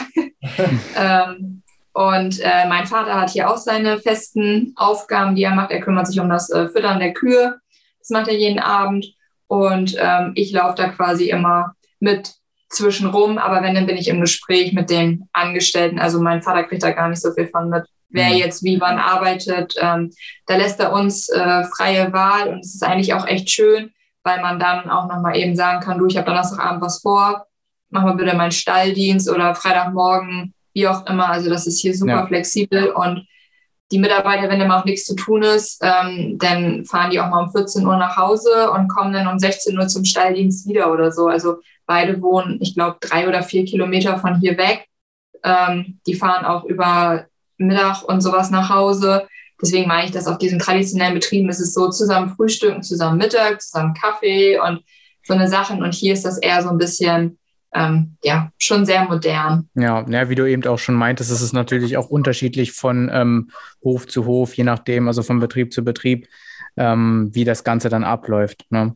ähm, und äh, mein Vater hat hier auch seine festen Aufgaben, die er macht. Er kümmert sich um das äh, Füttern der Kühe. Das macht er jeden Abend. Und ähm, ich laufe da quasi immer mit zwischenrum. Aber wenn, dann bin ich im Gespräch mit den Angestellten. Also mein Vater kriegt da gar nicht so viel von mit, wer jetzt wie wann arbeitet. Ähm, da lässt er uns äh, freie Wahl. Und es ist eigentlich auch echt schön, weil man dann auch nochmal eben sagen kann, du, ich habe Donnerstagabend was vor. Mach mal bitte meinen Stalldienst oder Freitagmorgen, wie auch immer. Also das ist hier super ja. flexibel. Und die Mitarbeiter, wenn immer auch nichts zu tun ist, ähm, dann fahren die auch mal um vierzehn Uhr nach Hause und kommen dann um sechzehn Uhr zum Stalldienst wieder oder so. Also beide wohnen, ich glaube, drei oder vier Kilometer von hier weg. Ähm, die fahren auch über Mittag und sowas nach Hause. Deswegen meine ich, dass auf diesen traditionellen Betrieben ist es so, zusammen frühstücken, zusammen Mittag, zusammen Kaffee und so eine Sachen. Und hier ist das eher so ein bisschen, ähm, ja, schon sehr modern. Ja, ja, wie du eben auch schon meintest, ist es natürlich auch unterschiedlich von ähm, Hof zu Hof, je nachdem, also von Betrieb zu Betrieb, ähm, wie das Ganze dann abläuft. Ne?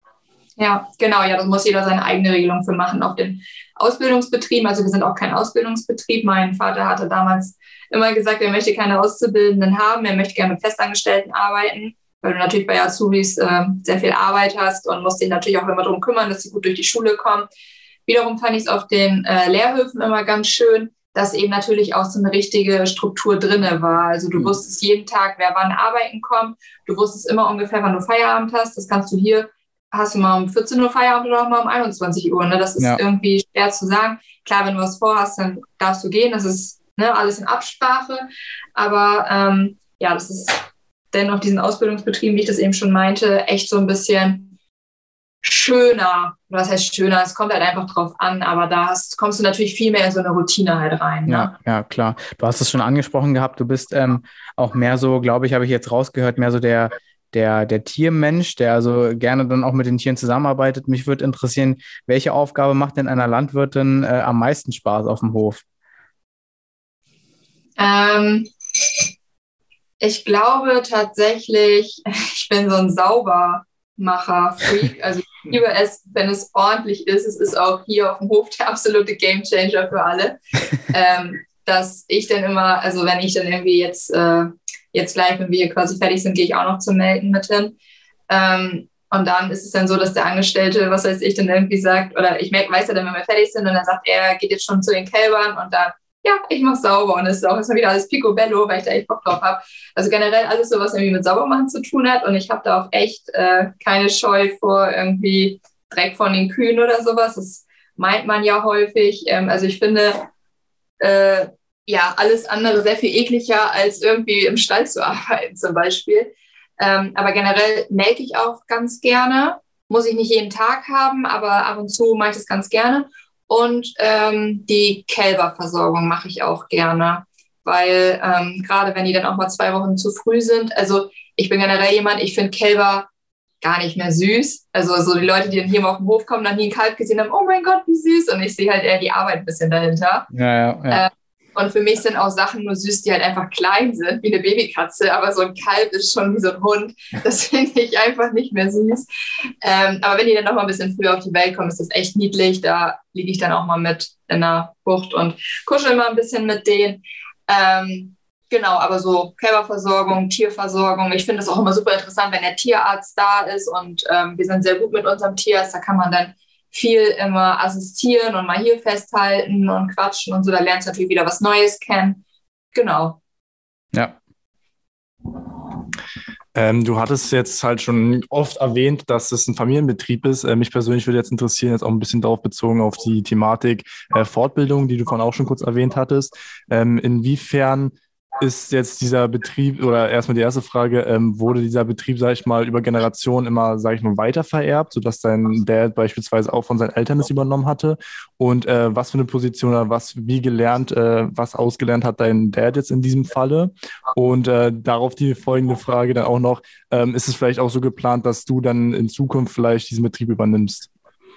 Ja, genau, ja, da muss jeder seine eigene Regelung für machen. Auf den Ausbildungsbetrieben, also wir sind auch kein Ausbildungsbetrieb. Mein Vater hatte damals immer gesagt, er möchte keine Auszubildenden haben, er möchte gerne mit Festangestellten arbeiten, weil du natürlich bei Azubis äh, sehr viel Arbeit hast und musst dich natürlich auch immer darum kümmern, dass sie gut durch die Schule kommen. Wiederum fand ich es auf den äh, Lehrhöfen immer ganz schön, dass eben natürlich auch so eine richtige Struktur drinne war. Also du mhm. wusstest jeden Tag, wer wann arbeiten kommt. Du wusstest immer ungefähr, wann du Feierabend hast. Das kannst du hier, hast du mal um vierzehn Uhr Feierabend oder auch mal um einundzwanzig Uhr. Ne? Das ist ja. irgendwie schwer zu sagen. Klar, wenn du was vorhast, dann darfst du gehen. Das ist ne, alles in Absprache. Aber ähm, ja, das ist denn auf diesen Ausbildungsbetrieben, wie ich das eben schon meinte, echt so ein bisschen schöner. Was heißt schöner? Es kommt halt einfach drauf an, aber da hast, kommst du natürlich viel mehr in so eine Routine halt rein. Ne? Ja, ja, klar. Du hast es schon angesprochen gehabt, du bist ähm, auch mehr so, glaube ich, habe ich jetzt rausgehört, mehr so der, der, der Tiermensch, der also gerne dann auch mit den Tieren zusammenarbeitet. Mich würde interessieren, welche Aufgabe macht denn einer Landwirtin äh, am meisten Spaß auf dem Hof? Ähm, ich glaube tatsächlich, ich bin so ein Saubermacher-Freak. Also ich liebe es, wenn es ordentlich ist. Es ist auch hier auf dem Hof der absolute Gamechanger für alle. ähm, dass ich dann immer, also wenn ich dann irgendwie jetzt, äh, jetzt gleich, wenn wir hier quasi fertig sind, gehe ich auch noch zum Melken mit hin. Ähm, und dann ist es dann so, dass der Angestellte, was weiß ich, dann irgendwie sagt, oder ich merke, weiß ja dann, wenn wir fertig sind, und dann sagt er, geht jetzt schon zu den Kälbern und dann, ja, ich mache sauber. Und es ist auch erstmal wieder alles picobello, weil ich da echt Bock drauf habe. Also generell alles so, was irgendwie mit Saubermachen zu tun hat. Und ich habe da auch echt äh, keine Scheu vor irgendwie Dreck von den Kühen oder sowas. Das meint man ja häufig. Ähm, also ich finde, äh, ja, alles andere sehr viel ekliger, als irgendwie im Stall zu arbeiten zum Beispiel. Ähm, aber generell melke ich auch ganz gerne. Muss ich nicht jeden Tag haben, aber ab und zu mache ich das ganz gerne. Und ähm, die Kälberversorgung mache ich auch gerne, weil ähm, gerade wenn die dann auch mal zwei Wochen zu früh sind, also ich bin generell jemand, ich finde Kälber gar nicht mehr süß. Also so die Leute, die dann hier mal auf den Hof kommen, noch nie ein Kalb gesehen haben, oh mein Gott, wie süß. Und ich sehe halt eher die Arbeit ein bisschen dahinter. Ja, ja, ja. Äh, und für mich sind auch Sachen nur süß, die halt einfach klein sind, wie eine Babykatze. Aber so ein Kalb ist schon wie so ein Hund. Das finde ich einfach nicht mehr süß. Ähm, aber wenn die dann noch mal ein bisschen früher auf die Welt kommen, ist das echt niedlich. Da liege ich dann auch mal mit in der Bucht und kuschel mal ein bisschen mit denen. Ähm, genau, aber so Kälberversorgung, Tierversorgung. Ich finde das auch immer super interessant, wenn der Tierarzt da ist. Und ähm, wir sind sehr gut mit unserem Tierarzt. Da kann man dann viel immer assistieren und mal hier festhalten und quatschen und so. Da lernst du natürlich wieder was Neues kennen. Genau. Ja. Ähm, du hattest jetzt halt schon oft erwähnt, dass es ein Familienbetrieb ist. Äh, mich persönlich würde jetzt interessieren, jetzt auch ein bisschen darauf bezogen auf die Thematik äh, Fortbildung, die du vorhin auch schon kurz erwähnt hattest. Ähm, inwiefern ist jetzt dieser Betrieb, oder erstmal die erste Frage, ähm, wurde dieser Betrieb, sag ich mal, über Generationen immer, sag ich mal, weiter vererbt, sodass dein Dad beispielsweise auch von seinen Eltern es übernommen hatte? Und äh, was für eine Position oder was, wie gelernt, äh, was ausgelernt hat dein Dad jetzt in diesem Falle? Und äh, darauf die folgende Frage dann auch noch, ähm, ist es vielleicht auch so geplant, dass du dann in Zukunft vielleicht diesen Betrieb übernimmst?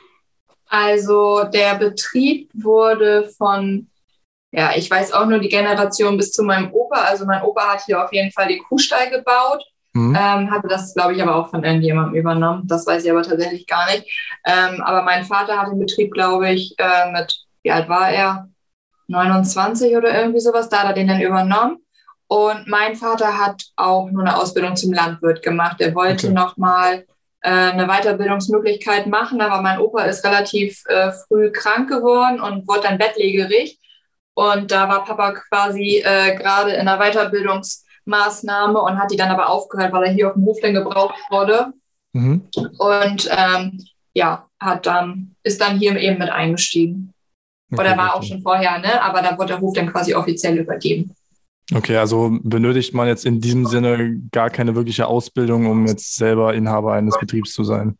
Also der Betrieb wurde von, ja, ich weiß auch nur die Generation bis zu meinem Opa. Also mein Opa hat hier auf jeden Fall den Kuhstall gebaut, mhm. ähm, hatte das, glaube ich, aber auch von irgendjemandem übernommen. Das weiß ich aber tatsächlich gar nicht. Ähm, aber mein Vater hat den Betrieb, glaube ich, äh, mit, wie alt war er? neunundzwanzig oder irgendwie sowas. Da hat er den dann übernommen. Und mein Vater hat auch nur eine Ausbildung zum Landwirt gemacht. Er wollte okay. nochmal eine Weiterbildungsmöglichkeit machen, aber mein Opa ist relativ äh, früh krank geworden und wurde dann bettlägerig. Und da war Papa quasi äh, gerade in einer Weiterbildungsmaßnahme und hat die dann aber aufgehört, weil er hier auf dem Hof dann gebraucht wurde. Mhm. Und ähm, ja, hat dann, ist dann hier eben mit eingestiegen. Okay, Oder war okay. auch schon vorher, ne? Aber da wurde der Hof dann quasi offiziell übergeben. Okay, also benötigt man jetzt in diesem Sinne gar keine wirkliche Ausbildung, um jetzt selber Inhaber eines Betriebs zu sein?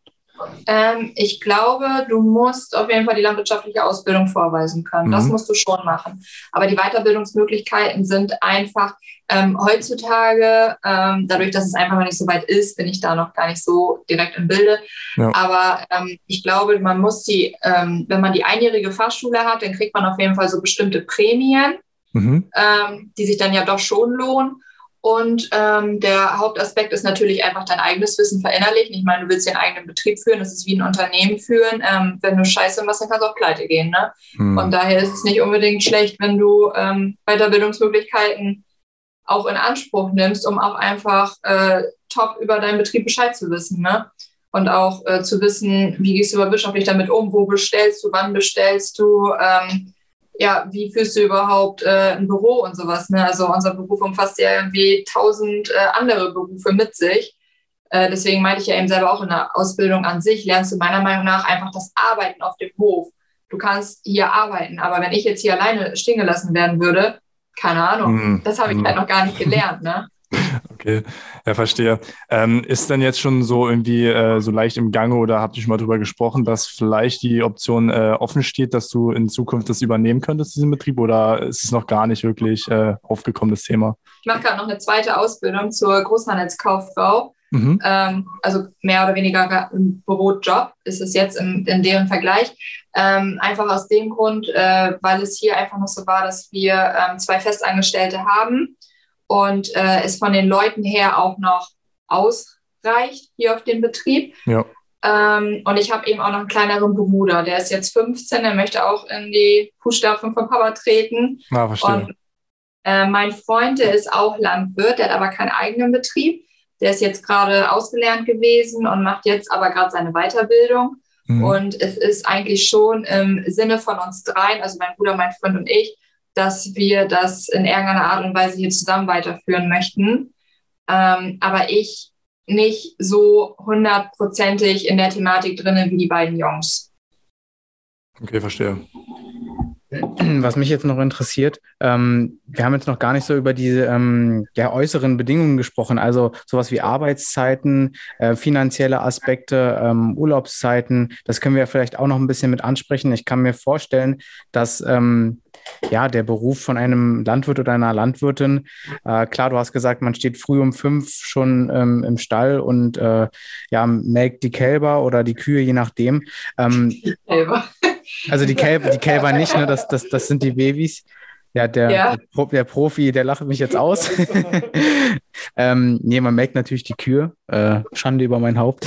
Ähm, ich glaube, du musst auf jeden Fall die landwirtschaftliche Ausbildung vorweisen können. Mhm. Das musst du schon machen. Aber die Weiterbildungsmöglichkeiten sind einfach ähm, heutzutage, ähm, dadurch, dass es einfach noch nicht so weit ist, bin ich da noch gar nicht so direkt im Bilde. Ja. Aber ähm, ich glaube, man muss die, ähm, wenn man die einjährige Fachschule hat, dann kriegt man auf jeden Fall so bestimmte Prämien. Mhm. Ähm, die sich dann ja doch schon lohnen. Und ähm, der Hauptaspekt ist natürlich einfach dein eigenes Wissen verinnerlichen. Ich meine, du willst den eigenen Betrieb führen, das ist wie ein Unternehmen führen. Ähm, wenn du Scheiße machst, dann kannst du auch pleite gehen. Ne? Mhm. Und daher ist es nicht unbedingt schlecht, wenn du ähm, Weiterbildungsmöglichkeiten auch in Anspruch nimmst, um auch einfach äh, top über deinen Betrieb Bescheid zu wissen. Ne? Und auch äh, zu wissen, wie gehst du wirtschaftlich damit um, wo bestellst du, wann bestellst du, ähm, ja, wie führst du überhaupt äh, ein Büro und sowas, ne? Also unser Beruf umfasst ja irgendwie tausend äh, andere Berufe mit sich. Äh, deswegen meinte ich ja eben selber auch in der Ausbildung an sich, lernst du meiner Meinung nach einfach das Arbeiten auf dem Hof. Du kannst hier arbeiten, aber wenn ich jetzt hier alleine stehen gelassen werden würde, keine Ahnung, mm. das habe ich mm. halt noch gar nicht gelernt, ne? Okay, ja, verstehe. Ähm, ist denn jetzt schon so irgendwie äh, so leicht im Gange oder habt ihr schon mal drüber gesprochen, dass vielleicht die Option äh, offen steht, dass du in Zukunft das übernehmen könntest, diesen Betrieb, oder ist es noch gar nicht wirklich äh, aufgekommen, das Thema? Ich mache gerade noch eine zweite Ausbildung zur Großhandelskauffrau. Mhm. Ähm, also mehr oder weniger ein Bürojob ist es jetzt in, in deren Vergleich. Ähm, einfach aus dem Grund, äh, weil es hier einfach noch so war, dass wir ähm, zwei Festangestellte haben. Und äh, es von den Leuten her auch noch ausreicht hier auf dem Betrieb. Ja. Ähm, und ich habe eben auch noch einen kleineren Bruder, der ist jetzt fünfzehn, der möchte auch in die Fußstapfen von Papa treten. Ah, verstehe. Und äh, mein Freund, der ist auch Landwirt, der hat aber keinen eigenen Betrieb. Der ist jetzt gerade ausgelernt gewesen und macht jetzt aber gerade seine Weiterbildung. Mhm. Und es ist eigentlich schon im Sinne von uns dreien, also mein Bruder, mein Freund und ich, dass wir das in irgendeiner Art und Weise hier zusammen weiterführen möchten. Ähm, aber ich nicht so hundertprozentig in der Thematik drin wie die beiden Jungs. Okay, verstehe. Was mich jetzt noch interessiert, ähm, wir haben jetzt noch gar nicht so über diese ähm, ja, äußeren Bedingungen gesprochen, also sowas wie Arbeitszeiten, äh, finanzielle Aspekte, ähm, Urlaubszeiten, das können wir vielleicht auch noch ein bisschen mit ansprechen. Ich kann mir vorstellen, dass ähm, ja, der Beruf von einem Landwirt oder einer Landwirtin, äh, klar, du hast gesagt, man steht früh um fünf schon ähm, im Stall und äh, ja, melkt die Kälber oder die Kühe, je nachdem. Ähm, Kälber. Also die Kälber, die Kälber nicht, ne? das, das, das sind die Babys. Ja, der, ja. Der, der Profi, der lacht mich jetzt aus. ähm, nee, man merkt natürlich die Kühe. Äh, Schande über mein Haupt.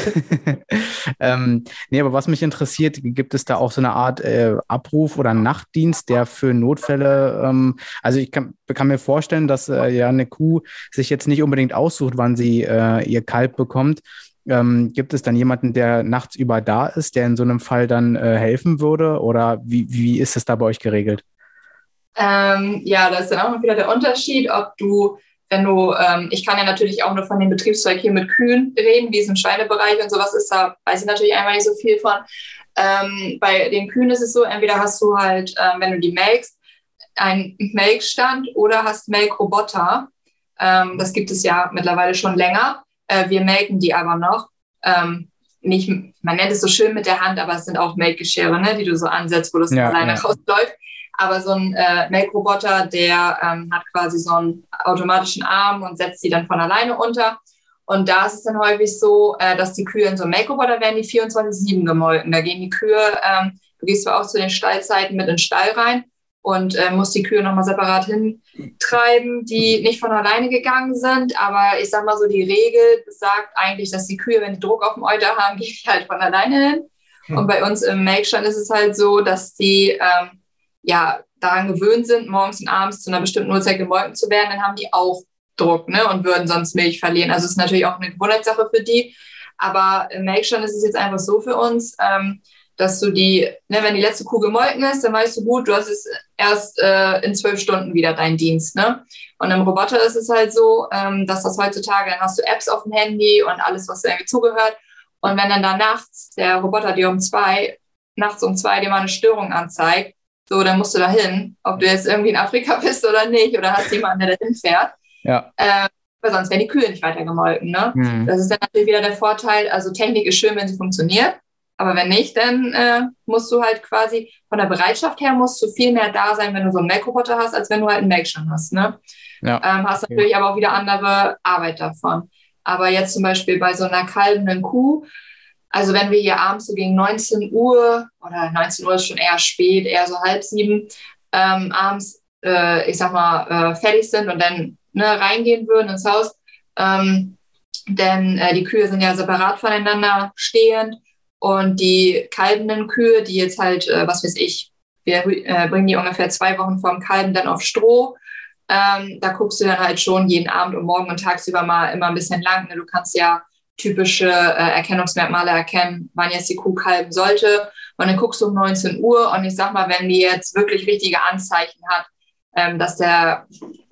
ähm, nee, aber was mich interessiert, gibt es da auch so eine Art äh, Abruf oder Nachtdienst, der für Notfälle, ähm, also ich kann, kann mir vorstellen, dass äh, ja eine Kuh sich jetzt nicht unbedingt aussucht, wann sie äh, ihr Kalb bekommt. Ähm, gibt es dann jemanden, der nachts über da ist, der in so einem Fall dann äh, helfen würde? Oder wie, wie ist es da bei euch geregelt? Ähm, ja, da ist dann auch noch wieder der Unterschied, ob du, wenn du, ähm, ich kann ja natürlich auch nur von dem Betriebszweig hier mit Kühen reden, wie es im Schweinebereich und sowas ist, da weiß ich natürlich einmal nicht so viel von. Ähm, bei den Kühen ist es so, entweder hast du halt, ähm, wenn du die melkst, einen Melkstand oder hast Melkroboter. Ähm, das gibt es ja mittlerweile schon länger. Äh, wir melken die aber noch. Ähm, nicht, man nennt es so schön mit der Hand, aber es sind auch Melkgeschirre, ne, die du so ansetzt, wo das ja, alleine ja. rausläuft. Aber so ein äh, Melkroboter, der ähm, hat quasi so einen automatischen Arm und setzt sie dann von alleine unter. Und da ist es dann häufig so, äh, dass die Kühe in so einem Melkroboter werden die vierundzwanzig sieben gemolken. Da gehen die Kühe, ähm, du gehst zwar auch zu den Stallzeiten mit in den Stall rein und äh, musst die Kühe nochmal separat hintreiben, die nicht von alleine gegangen sind. Aber ich sag mal so, die Regel sagt eigentlich, dass die Kühe, wenn die Druck auf dem Euter haben, gehen die halt von alleine hin. Hm. Und bei uns im Melkstand ist es halt so, dass die ähm, ja daran gewöhnt sind, morgens und abends zu einer bestimmten Uhrzeit gemolken zu werden. Dann haben die auch Druck, ne, und würden sonst Milch verlieren. Also es ist natürlich auch eine Gewohnheitssache für die. Aber im Melkstand ist es jetzt einfach so für uns, ähm, dass du die, ne, wenn die letzte Kuh gemolken ist, dann weißt du gut, du hast es erst äh, in zwölf Stunden wieder deinen Dienst, ne? Und im Roboter ist es halt so, ähm, dass das heutzutage, dann hast du Apps auf dem Handy und alles, was irgendwie zugehört. Und wenn dann da nachts der Roboter dir um zwei, nachts um zwei dir mal eine Störung anzeigt, so, dann musst du da hin, ob du jetzt irgendwie in Afrika bist oder nicht, oder hast jemanden, der da hinfährt. Ja. Äh, weil sonst werden die Kühe nicht weiter gemolken, ne? Mhm. Das ist dann natürlich wieder der Vorteil, also Technik ist schön, wenn sie funktioniert, aber wenn nicht, dann äh, musst du halt quasi, von der Bereitschaft her musst du viel mehr da sein, wenn du so einen Melkroboter hast, als wenn du halt einen Melkstand hast, ne? Ja. Ähm, hast natürlich okay. aber auch wieder andere Arbeit davon. Aber jetzt zum Beispiel bei so einer kalbenden Kuh, also wenn wir hier abends so gegen neunzehn Uhr, oder neunzehn Uhr ist schon eher spät, eher so halb sieben, ähm, abends, äh, ich sag mal, äh, fertig sind und dann ne, reingehen würden ins Haus, ähm, denn äh, die Kühe sind ja separat voneinander stehend und die kalbenden Kühe, die jetzt halt, äh, was weiß ich, wir äh, bringen die ungefähr zwei Wochen vorm Kalben dann auf Stroh, ähm, da guckst du dann halt schon jeden Abend und morgen und tagsüber mal immer ein bisschen lang, ne? Du kannst ja typische äh, Erkennungsmerkmale erkennen, wann jetzt die Kuh kalben sollte und dann guckst du um neunzehn Uhr und ich sag mal, wenn die jetzt wirklich richtige Anzeichen hat, ähm, dass der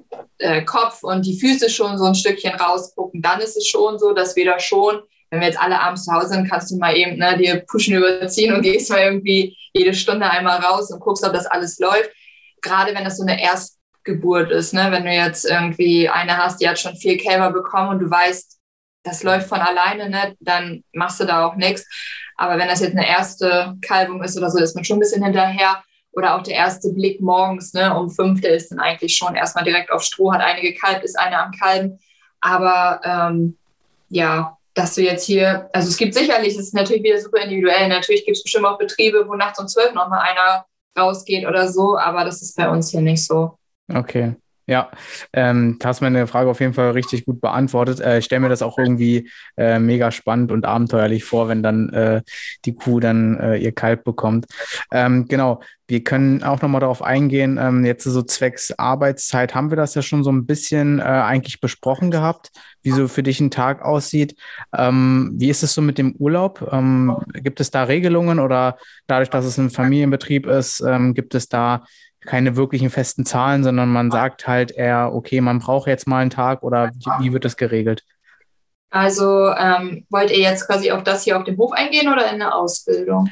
äh, Kopf und die Füße schon so ein Stückchen rausgucken, dann ist es schon so, dass wir da schon, wenn wir jetzt alle abends zu Hause sind, kannst du mal eben ne, dir Puschen überziehen und gehst mal irgendwie jede Stunde einmal raus und guckst, ob das alles läuft. Gerade wenn das so eine Erstgeburt ist, ne? Wenn du jetzt irgendwie eine hast, die hat schon vier Kälber bekommen und du weißt, das läuft von alleine, ne? Dann machst du da auch nichts. Aber wenn das jetzt eine erste Kalbung ist oder so, ist man schon ein bisschen hinterher. Oder auch der erste Blick morgens, ne, um fünf, der ist dann eigentlich schon erstmal direkt auf Stroh, hat eine gekalbt, ist eine am Kalben. Aber ähm, ja, dass du jetzt hier, also es gibt sicherlich, es ist natürlich wieder super individuell, natürlich gibt es bestimmt auch Betriebe, wo nachts um zwölf nochmal einer rausgeht oder so, aber das ist bei uns hier nicht so. Okay. Ja, ähm, du hast meine Frage auf jeden Fall richtig gut beantwortet. Äh, ich stelle mir das auch irgendwie äh, mega spannend und abenteuerlich vor, wenn dann äh, die Kuh dann äh, ihr Kalb bekommt. Ähm, genau, wir können auch nochmal darauf eingehen, ähm, jetzt so zwecks Arbeitszeit haben wir das ja schon so ein bisschen äh, eigentlich besprochen gehabt, wie so für dich ein Tag aussieht. Ähm, wie ist es so mit dem Urlaub? Ähm, gibt es da Regelungen oder dadurch, dass es ein Familienbetrieb ist, ähm, gibt es da keine wirklichen festen Zahlen, sondern man sagt halt eher, okay, man braucht jetzt mal einen Tag oder wie, wie wird das geregelt? Also ähm, wollt ihr jetzt quasi auf das hier auf dem Hof eingehen oder in der Ausbildung?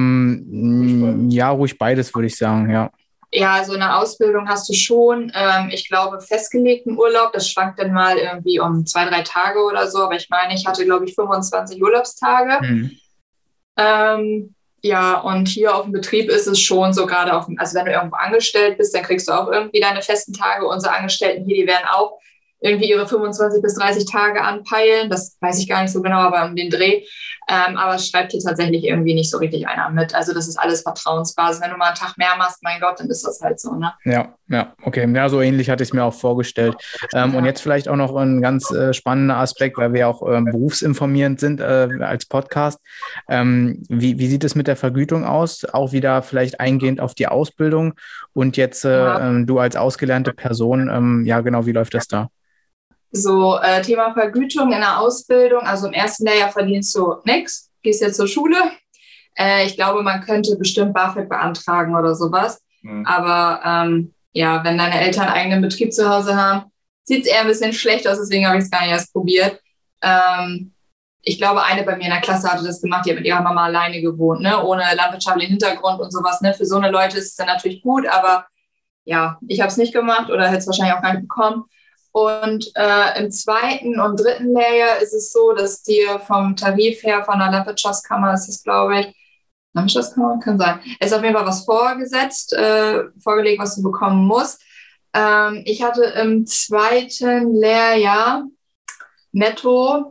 Ähm, ja, ruhig beides, würde ich sagen, ja. Ja, also in der Ausbildung hast du schon, ähm, ich glaube, festgelegten Urlaub. Das schwankt dann mal irgendwie um zwei, drei Tage oder so. Aber ich meine, ich hatte, glaube ich, fünfundzwanzig Urlaubstage. Mhm. Ähm, Ja, und hier auf dem Betrieb ist es schon so, gerade auf dem, also wenn du irgendwo angestellt bist, dann kriegst du auch irgendwie deine festen Tage. Unsere Angestellten hier, die werden auch irgendwie ihre fünfundzwanzig bis dreißig Tage anpeilen. Das weiß ich gar nicht so genau, aber um den Dreh. Ähm, aber es schreibt hier tatsächlich irgendwie nicht so richtig einer mit. Also das ist alles Vertrauensbasis. Wenn du mal einen Tag mehr machst, mein Gott, dann ist das halt so, ne? Ja, ja, okay. Ja, so ähnlich hatte ich es mir auch vorgestellt. Ähm, ja. Und jetzt vielleicht auch noch ein ganz äh, spannender Aspekt, weil wir auch ähm, berufsinformierend sind äh, als Podcast. Ähm, wie, wie sieht es mit der Vergütung aus? Auch wieder vielleicht eingehend auf die Ausbildung. Und jetzt äh, ja. ähm, du als ausgelernte Person, ähm, ja genau, wie läuft das da? So, äh, Thema Vergütung in der Ausbildung. Also im ersten Lehrjahr verdienst du nichts, gehst jetzt zur Schule. Äh, ich glaube, man könnte bestimmt BAföG beantragen oder sowas. Mhm. Aber ähm, ja, wenn deine Eltern einen eigenen Betrieb zu Hause haben, sieht es eher ein bisschen schlecht aus, deswegen habe ich es gar nicht erst probiert. Ähm, ich glaube, eine bei mir in der Klasse hatte das gemacht, die hat mit ihrer Mama alleine gewohnt, ne? Ohne landwirtschaftlichen Hintergrund und sowas. Ne? Für so eine Leute ist es dann natürlich gut, aber ja, ich habe es nicht gemacht oder hätte es wahrscheinlich auch gar nicht bekommen. Und äh, im zweiten und dritten Lehrjahr ist es so, dass dir vom Tarif her, von der Landwirtschaftskammer ist es, glaube ich, Landwirtschaftskammer, kann sein, ist auf jeden Fall was vorgesetzt, äh, vorgelegt, was du bekommen musst. Ähm, ich hatte im zweiten Lehrjahr netto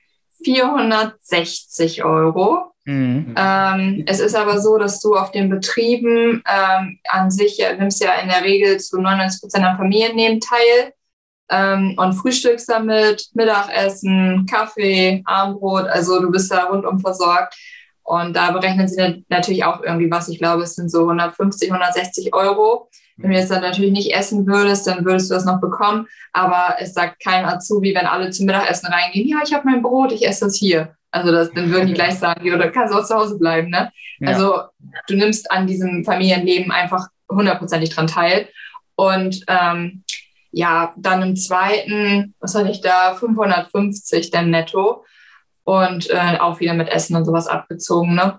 vierhundertsechzig Euro. Mhm. Ähm, es ist aber so, dass du auf den Betrieben ähm, an sich ja, nimmst ja in der Regel zu neunundneunzig Prozent am Familienleben teil ähm, und frühstückst damit, Mittagessen, Kaffee, Abendbrot, also du bist da rundum versorgt. Und da berechnen sie dann natürlich auch irgendwie was. Ich glaube, es sind so hundertfünfzig, hundertsechzig Euro. Wenn du jetzt dann natürlich nicht essen würdest, dann würdest du das noch bekommen. Aber es sagt kein Azubi, wenn alle zum Mittagessen reingehen, ja, ich habe mein Brot, ich esse das hier. Also das, dann würden die gleich sagen, oder kannst du auch zu Hause bleiben. Ne? Ja. Also du nimmst an diesem Familienleben einfach hundertprozentig dran teil. Und ähm, ja, dann im zweiten, was hatte ich da, fünfhundertfünfzig dann netto. Und äh, auch wieder mit Essen und sowas abgezogen. Ne?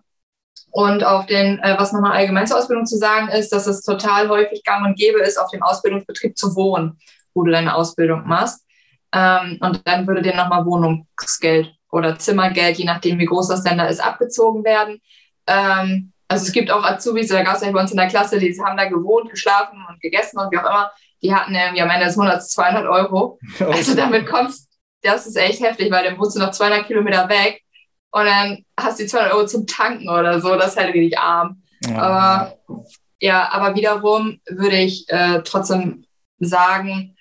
Und auf den, äh, was nochmal allgemein zur Ausbildung zu sagen ist, dass es total häufig gang und gäbe ist, auf dem Ausbildungsbetrieb zu wohnen, wo du deine Ausbildung machst. Ähm, und dann würde dir nochmal Wohnungsgeld oder Zimmergeld, je nachdem wie groß das denn da ist, abgezogen werden. Ähm, also es gibt auch Azubis, da gab es ja bei uns in der Klasse, die haben da gewohnt, geschlafen und gegessen und wie auch immer. Die hatten irgendwie am Ende des Monats zweihundert Euro. Also damit kommst das ist echt heftig, weil dann wohnst du noch zweihundert Kilometer weg und dann hast du die zweihundert Euro zum Tanken oder so. Das ist halt richtig arm. Ja, aber, ja, aber wiederum würde ich äh, trotzdem sagen,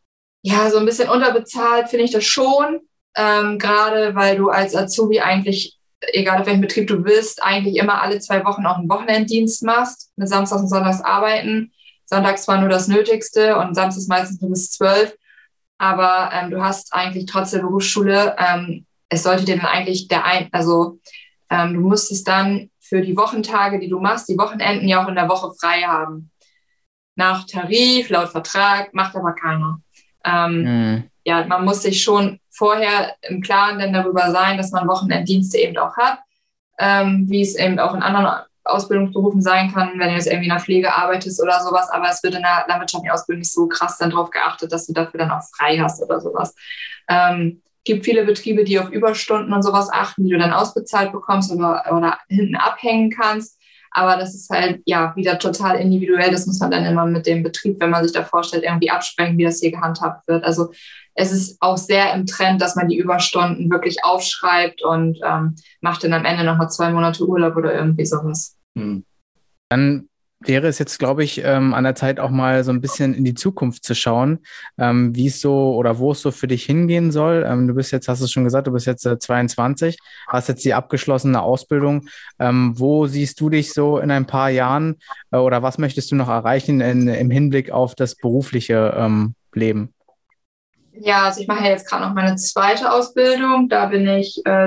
ja, so ein bisschen unterbezahlt finde ich das schon. Ähm, gerade weil du als Azubi eigentlich, egal auf welchem Betrieb du bist, eigentlich immer alle zwei Wochen auch einen Wochenenddienst machst, mit Samstags und Sonntags arbeiten. Sonntags zwar nur das Nötigste und Samstags meistens nur bis zwölf. Aber ähm, du hast eigentlich trotz der Berufsschule, ähm, es sollte dir dann eigentlich der ein, also ähm, du musstest dann für die Wochentage, die du machst, die Wochenenden ja auch in der Woche frei haben. Nach Tarif, laut Vertrag, macht aber keiner. Ähm, mhm. Ja, man muss sich schon vorher im Klaren denn darüber sein, dass man Wochenenddienste eben auch hat, ähm, wie es eben auch in anderen Ausbildungsberufen sein kann, wenn du jetzt irgendwie in der Pflege arbeitest oder sowas, aber es wird in der landwirtschaftlichen Ausbildung nicht so krass dann drauf geachtet, dass du dafür dann auch frei hast oder sowas. Ähm, gibt viele Betriebe, die auf Überstunden und sowas achten, die du dann ausbezahlt bekommst oder, oder hinten abhängen kannst, aber das ist halt ja wieder total individuell, das muss man dann immer mit dem Betrieb, wenn man sich da vorstellt, irgendwie absprechen, wie das hier gehandhabt wird. Also es ist auch sehr im Trend, dass man die Überstunden wirklich aufschreibt und ähm, macht dann am Ende nochmal zwei Monate Urlaub oder irgendwie sowas. Hm. Dann wäre es jetzt, glaube ich, ähm, an der Zeit auch mal so ein bisschen in die Zukunft zu schauen, ähm, wie es so oder wo es so für dich hingehen soll. Ähm, du bist jetzt, hast du es schon gesagt, du bist jetzt äh, zweiundzwanzig, hast jetzt die abgeschlossene Ausbildung. Ähm, wo siehst du dich so in ein paar Jahren äh, oder was möchtest du noch erreichen in, im Hinblick auf das berufliche ähm, Leben? Ja, also ich mache ja jetzt gerade noch meine zweite Ausbildung. Da bin ich äh,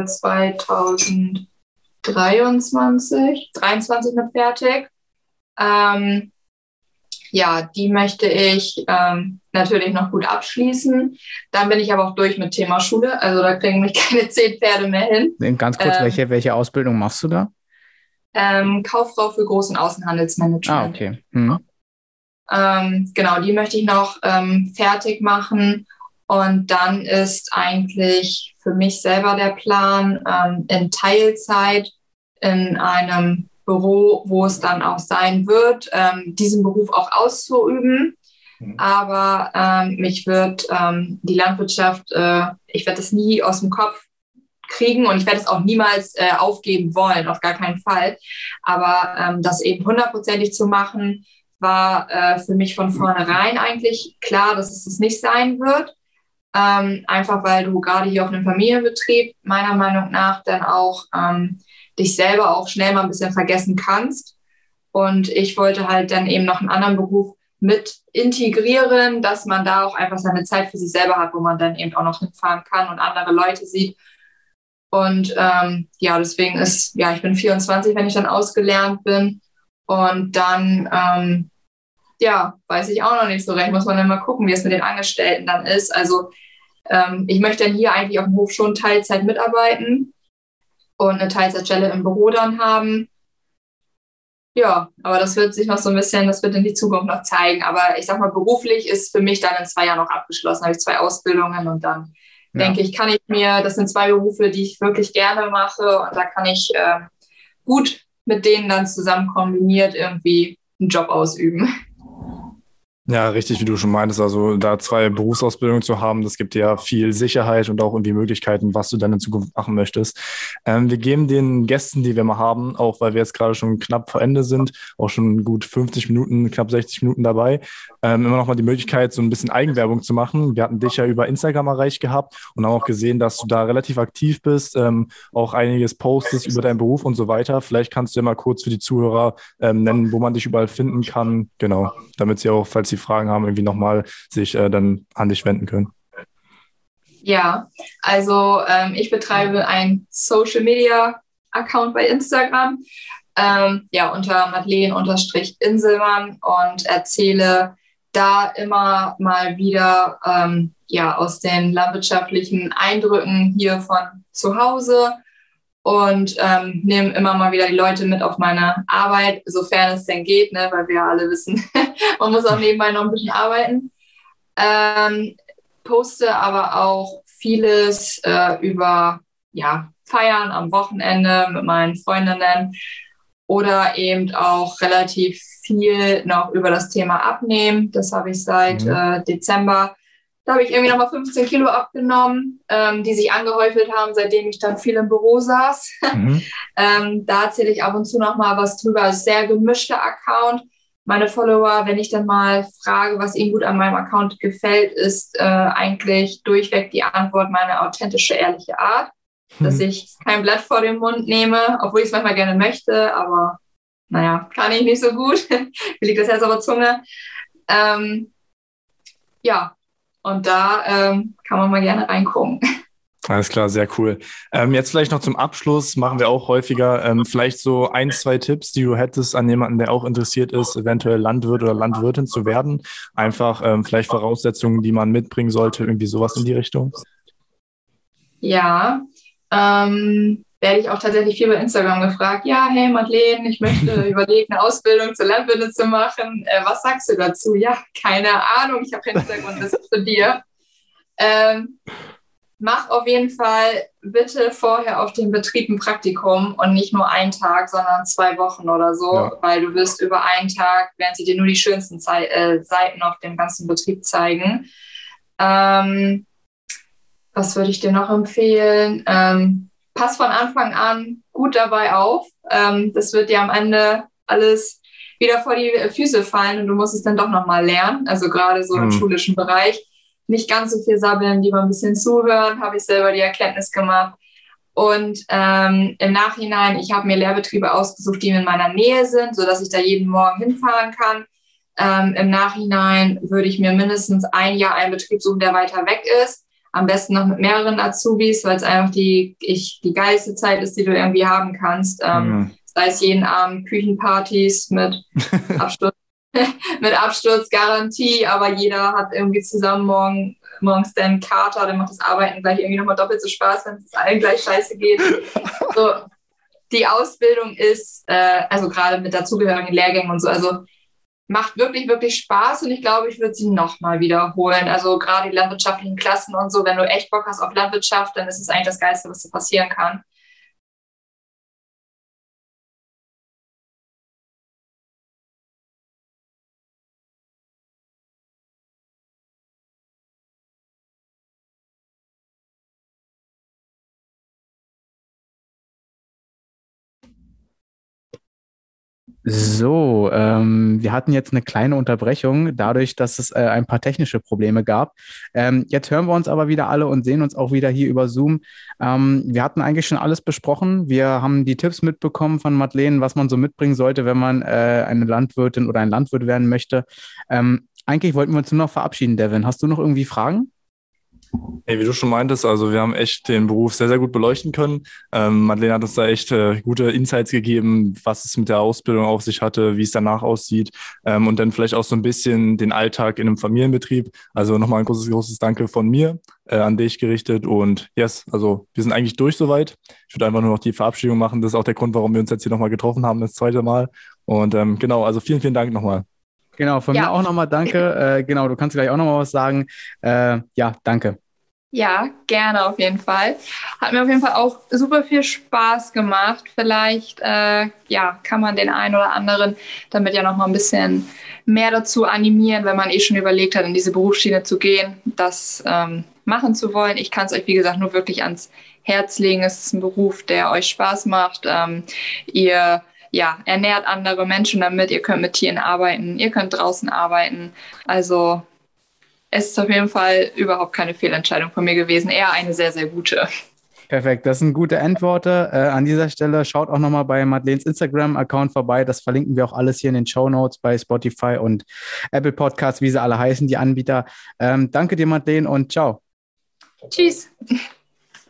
zweitausenddreiundzwanzig, dreiundzwanzig mit fertig. Ähm, ja, die möchte ich ähm, natürlich noch gut abschließen. Dann bin ich aber auch durch mit Thema Schule. Also da kriegen mich keine zehn Pferde mehr hin. Ganz kurz, ähm, welche, welche Ausbildung machst du da? Ähm, Kauffrau für Groß- und Außenhandelsmanagement. Ah, okay. Mhm. Ähm, genau, die möchte ich noch ähm, fertig machen. Und dann ist eigentlich für mich selber der Plan, ähm, in Teilzeit in einem Büro, wo es dann auch sein wird, ähm, diesen Beruf auch auszuüben. Mhm. Aber ähm, mich wird ähm, die Landwirtschaft, äh, ich werde das nie aus dem Kopf kriegen und ich werde es auch niemals äh, aufgeben wollen, auf gar keinen Fall. Aber ähm, das eben hundertprozentig zu machen, war äh, für mich von vornherein eigentlich klar, dass es das nicht sein wird. Ähm, einfach weil du gerade hier auf einem Familienbetrieb meiner Meinung nach dann auch ähm, dich selber auch schnell mal ein bisschen vergessen kannst. Und ich wollte halt dann eben noch einen anderen Beruf mit integrieren, dass man da auch einfach seine Zeit für sich selber hat, wo man dann eben auch noch hinfahren kann und andere Leute sieht. Und ähm, ja, deswegen ist, ja, ich bin vierundzwanzig, wenn ich dann ausgelernt bin. Und dann, ähm, ja, weiß ich auch noch nicht so recht, muss man dann mal gucken, wie es mit den Angestellten dann ist. Also ähm, ich möchte dann hier eigentlich auf dem Hof schon Teilzeit mitarbeiten und eine Teilzeitstelle im Büro dann haben. Ja, aber das wird sich noch so ein bisschen, das wird in die Zukunft noch zeigen. Aber ich sag mal, beruflich ist für mich dann in zwei Jahren noch abgeschlossen. Da habe ich zwei Ausbildungen und dann ja. denke ich, kann ich mir, das sind zwei Berufe, die ich wirklich gerne mache und da kann ich äh, gut mit denen dann zusammen kombiniert irgendwie einen Job ausüben. Ja, richtig, wie du schon meintest, also da zwei Berufsausbildungen zu haben, das gibt dir ja viel Sicherheit und auch irgendwie Möglichkeiten, was du dann in Zukunft machen möchtest. Ähm, wir geben den Gästen, die wir mal haben, auch weil wir jetzt gerade schon knapp vor Ende sind, auch schon gut fünfzig Minuten, knapp sechzig Minuten dabei, ähm, immer noch mal die Möglichkeit, so ein bisschen Eigenwerbung zu machen. Wir hatten dich ja über Instagram erreicht gehabt und haben auch gesehen, dass du da relativ aktiv bist, ähm, auch einiges postest über deinen Beruf und so weiter. Vielleicht kannst du ja mal kurz für die Zuhörer ähm, nennen, wo man dich überall finden kann, genau, damit sie auch, falls sie Fragen haben, irgendwie nochmal sich äh, dann an dich wenden können. Ja, also ähm, ich betreibe einen Social-Media-Account bei Instagram, ähm, ja, unter Madeleine-Inselmann und erzähle da immer mal wieder ähm, ja, aus den landwirtschaftlichen Eindrücken hier von zu Hause und ähm, nehme immer mal wieder die Leute mit auf meine Arbeit, sofern es denn geht, ne, weil wir ja alle wissen, man muss auch nebenbei noch ein bisschen arbeiten. Ähm, poste aber auch vieles äh, über ja, Feiern am Wochenende mit meinen Freundinnen oder eben auch relativ viel noch über das Thema Abnehmen. Das habe ich seit mhm. äh, Dezember. Da habe ich irgendwie nochmal fünfzehn Kilo abgenommen, ähm, die sich angehäufelt haben, seitdem ich dann viel im Büro saß. Mhm. ähm, da erzähle ich ab und zu nochmal was drüber. Es ist ein sehr gemischter Account. Meine Follower, wenn ich dann mal frage, was ihnen gut an meinem Account gefällt, ist äh, eigentlich durchweg die Antwort meine authentische, ehrliche Art. Mhm. Dass ich kein Blatt vor den Mund nehme, obwohl ich es manchmal gerne möchte, aber naja, kann ich nicht so gut. Mir liegt das Herz auf der Zunge. Ähm, ja, und da ähm, kann man mal gerne reingucken. Alles klar, sehr cool. Ähm, jetzt vielleicht noch zum Abschluss, machen wir auch häufiger, ähm, vielleicht so ein, zwei Tipps, die du hättest an jemanden, der auch interessiert ist, eventuell Landwirt oder Landwirtin zu werden. Einfach ähm, vielleicht Voraussetzungen, die man mitbringen sollte, irgendwie sowas in die Richtung. Ja, ähm, werde ich auch tatsächlich viel bei Instagram gefragt. Ja, hey Madeleine, ich möchte überlegen, eine Ausbildung zur Landwirtin zu machen. Äh, was sagst du dazu? Ja, keine Ahnung, ich habe keinen Hintergrund, das ist für dir. Ähm, mach auf jeden Fall bitte vorher auf dem Betrieb ein Praktikum und nicht nur einen Tag, sondern zwei Wochen oder so, ja. Weil du wirst über einen Tag, werden sie dir nur die schönsten Ze- äh, Seiten auf dem ganzen Betrieb zeigen. Ähm, was würde ich dir noch empfehlen? Ähm, pass von Anfang an gut dabei auf. Ähm, das wird dir am Ende alles wieder vor die Füße fallen und du musst es dann doch nochmal lernen, also gerade so mhm. im schulischen Bereich. Nicht ganz so viel sabbeln, lieber ein bisschen zuhören, habe ich selber die Erkenntnis gemacht. Und ähm, im Nachhinein, ich habe mir Lehrbetriebe ausgesucht, die in meiner Nähe sind, sodass ich da jeden Morgen hinfahren kann. Ähm, Im Nachhinein würde ich mir mindestens ein Jahr einen Betrieb suchen, der weiter weg ist. Am besten noch mit mehreren Azubis, weil es einfach die, ich, die geilste Zeit ist, die du irgendwie haben kannst. Ähm, mhm. Sei es jeden Abend Küchenpartys mit Absturz. mit Absturzgarantie, aber jeder hat irgendwie zusammen morgen, morgens den Kater, der macht das Arbeiten gleich irgendwie nochmal doppelt so Spaß, wenn es allen gleich scheiße geht. So, die Ausbildung ist, äh, also gerade mit dazugehörigen Lehrgängen und so, also macht wirklich, wirklich Spaß und ich glaube, ich würde sie nochmal wiederholen. Also gerade die landwirtschaftlichen Klassen und so, wenn du echt Bock hast auf Landwirtschaft, dann ist es eigentlich das Geilste, was dir passieren kann. So, ähm, wir hatten jetzt eine kleine Unterbrechung, dadurch, dass es äh, ein paar technische Probleme gab. Ähm, jetzt hören wir uns aber wieder alle und sehen uns auch wieder hier über Zoom. Ähm, wir hatten eigentlich schon alles besprochen. Wir haben die Tipps mitbekommen von Madeleine, was man so mitbringen sollte, wenn man äh, eine Landwirtin oder ein Landwirt werden möchte. Ähm, eigentlich wollten wir uns nur noch verabschieden, Devin. Hast du noch irgendwie Fragen? Hey, wie du schon meintest, also wir haben echt den Beruf sehr, sehr gut beleuchten können. Ähm, Madeleine hat uns da echt äh, gute Insights gegeben, was es mit der Ausbildung auf sich hatte, wie es danach aussieht, ähm, und dann vielleicht auch so ein bisschen den Alltag in einem Familienbetrieb. Also nochmal ein großes, großes Danke von mir äh, an dich gerichtet und yes, also wir sind eigentlich durch soweit. Ich würde einfach nur noch die Verabschiedung machen. Das ist auch der Grund, warum wir uns jetzt hier nochmal getroffen haben, das zweite Mal. Und ähm, genau, also vielen, vielen Dank nochmal. Genau, von Ja. mir auch nochmal danke. Äh, genau, du kannst gleich auch nochmal was sagen. Äh, ja, danke. Ja, gerne auf jeden Fall. Hat mir auf jeden Fall auch super viel Spaß gemacht. Vielleicht äh, ja, kann man den einen oder anderen damit ja noch mal ein bisschen mehr dazu animieren, wenn man eh schon überlegt hat, in diese Berufsschiene zu gehen, das ähm, machen zu wollen. Ich kann es euch, wie gesagt, nur wirklich ans Herz legen. Es ist ein Beruf, der euch Spaß macht. Ähm, ihr ja, ernährt andere Menschen damit. Ihr könnt mit Tieren arbeiten. Ihr könnt draußen arbeiten. Also es ist auf jeden Fall überhaupt keine Fehlentscheidung von mir gewesen, eher eine sehr, sehr gute. Perfekt, das sind gute Endworte. Äh, an dieser Stelle schaut auch nochmal bei Madeleines Instagram-Account vorbei. Das verlinken wir auch alles hier in den Shownotes bei Spotify und Apple Podcasts, wie sie alle heißen, die Anbieter. Ähm, danke dir, Madeleine, und ciao. Tschüss.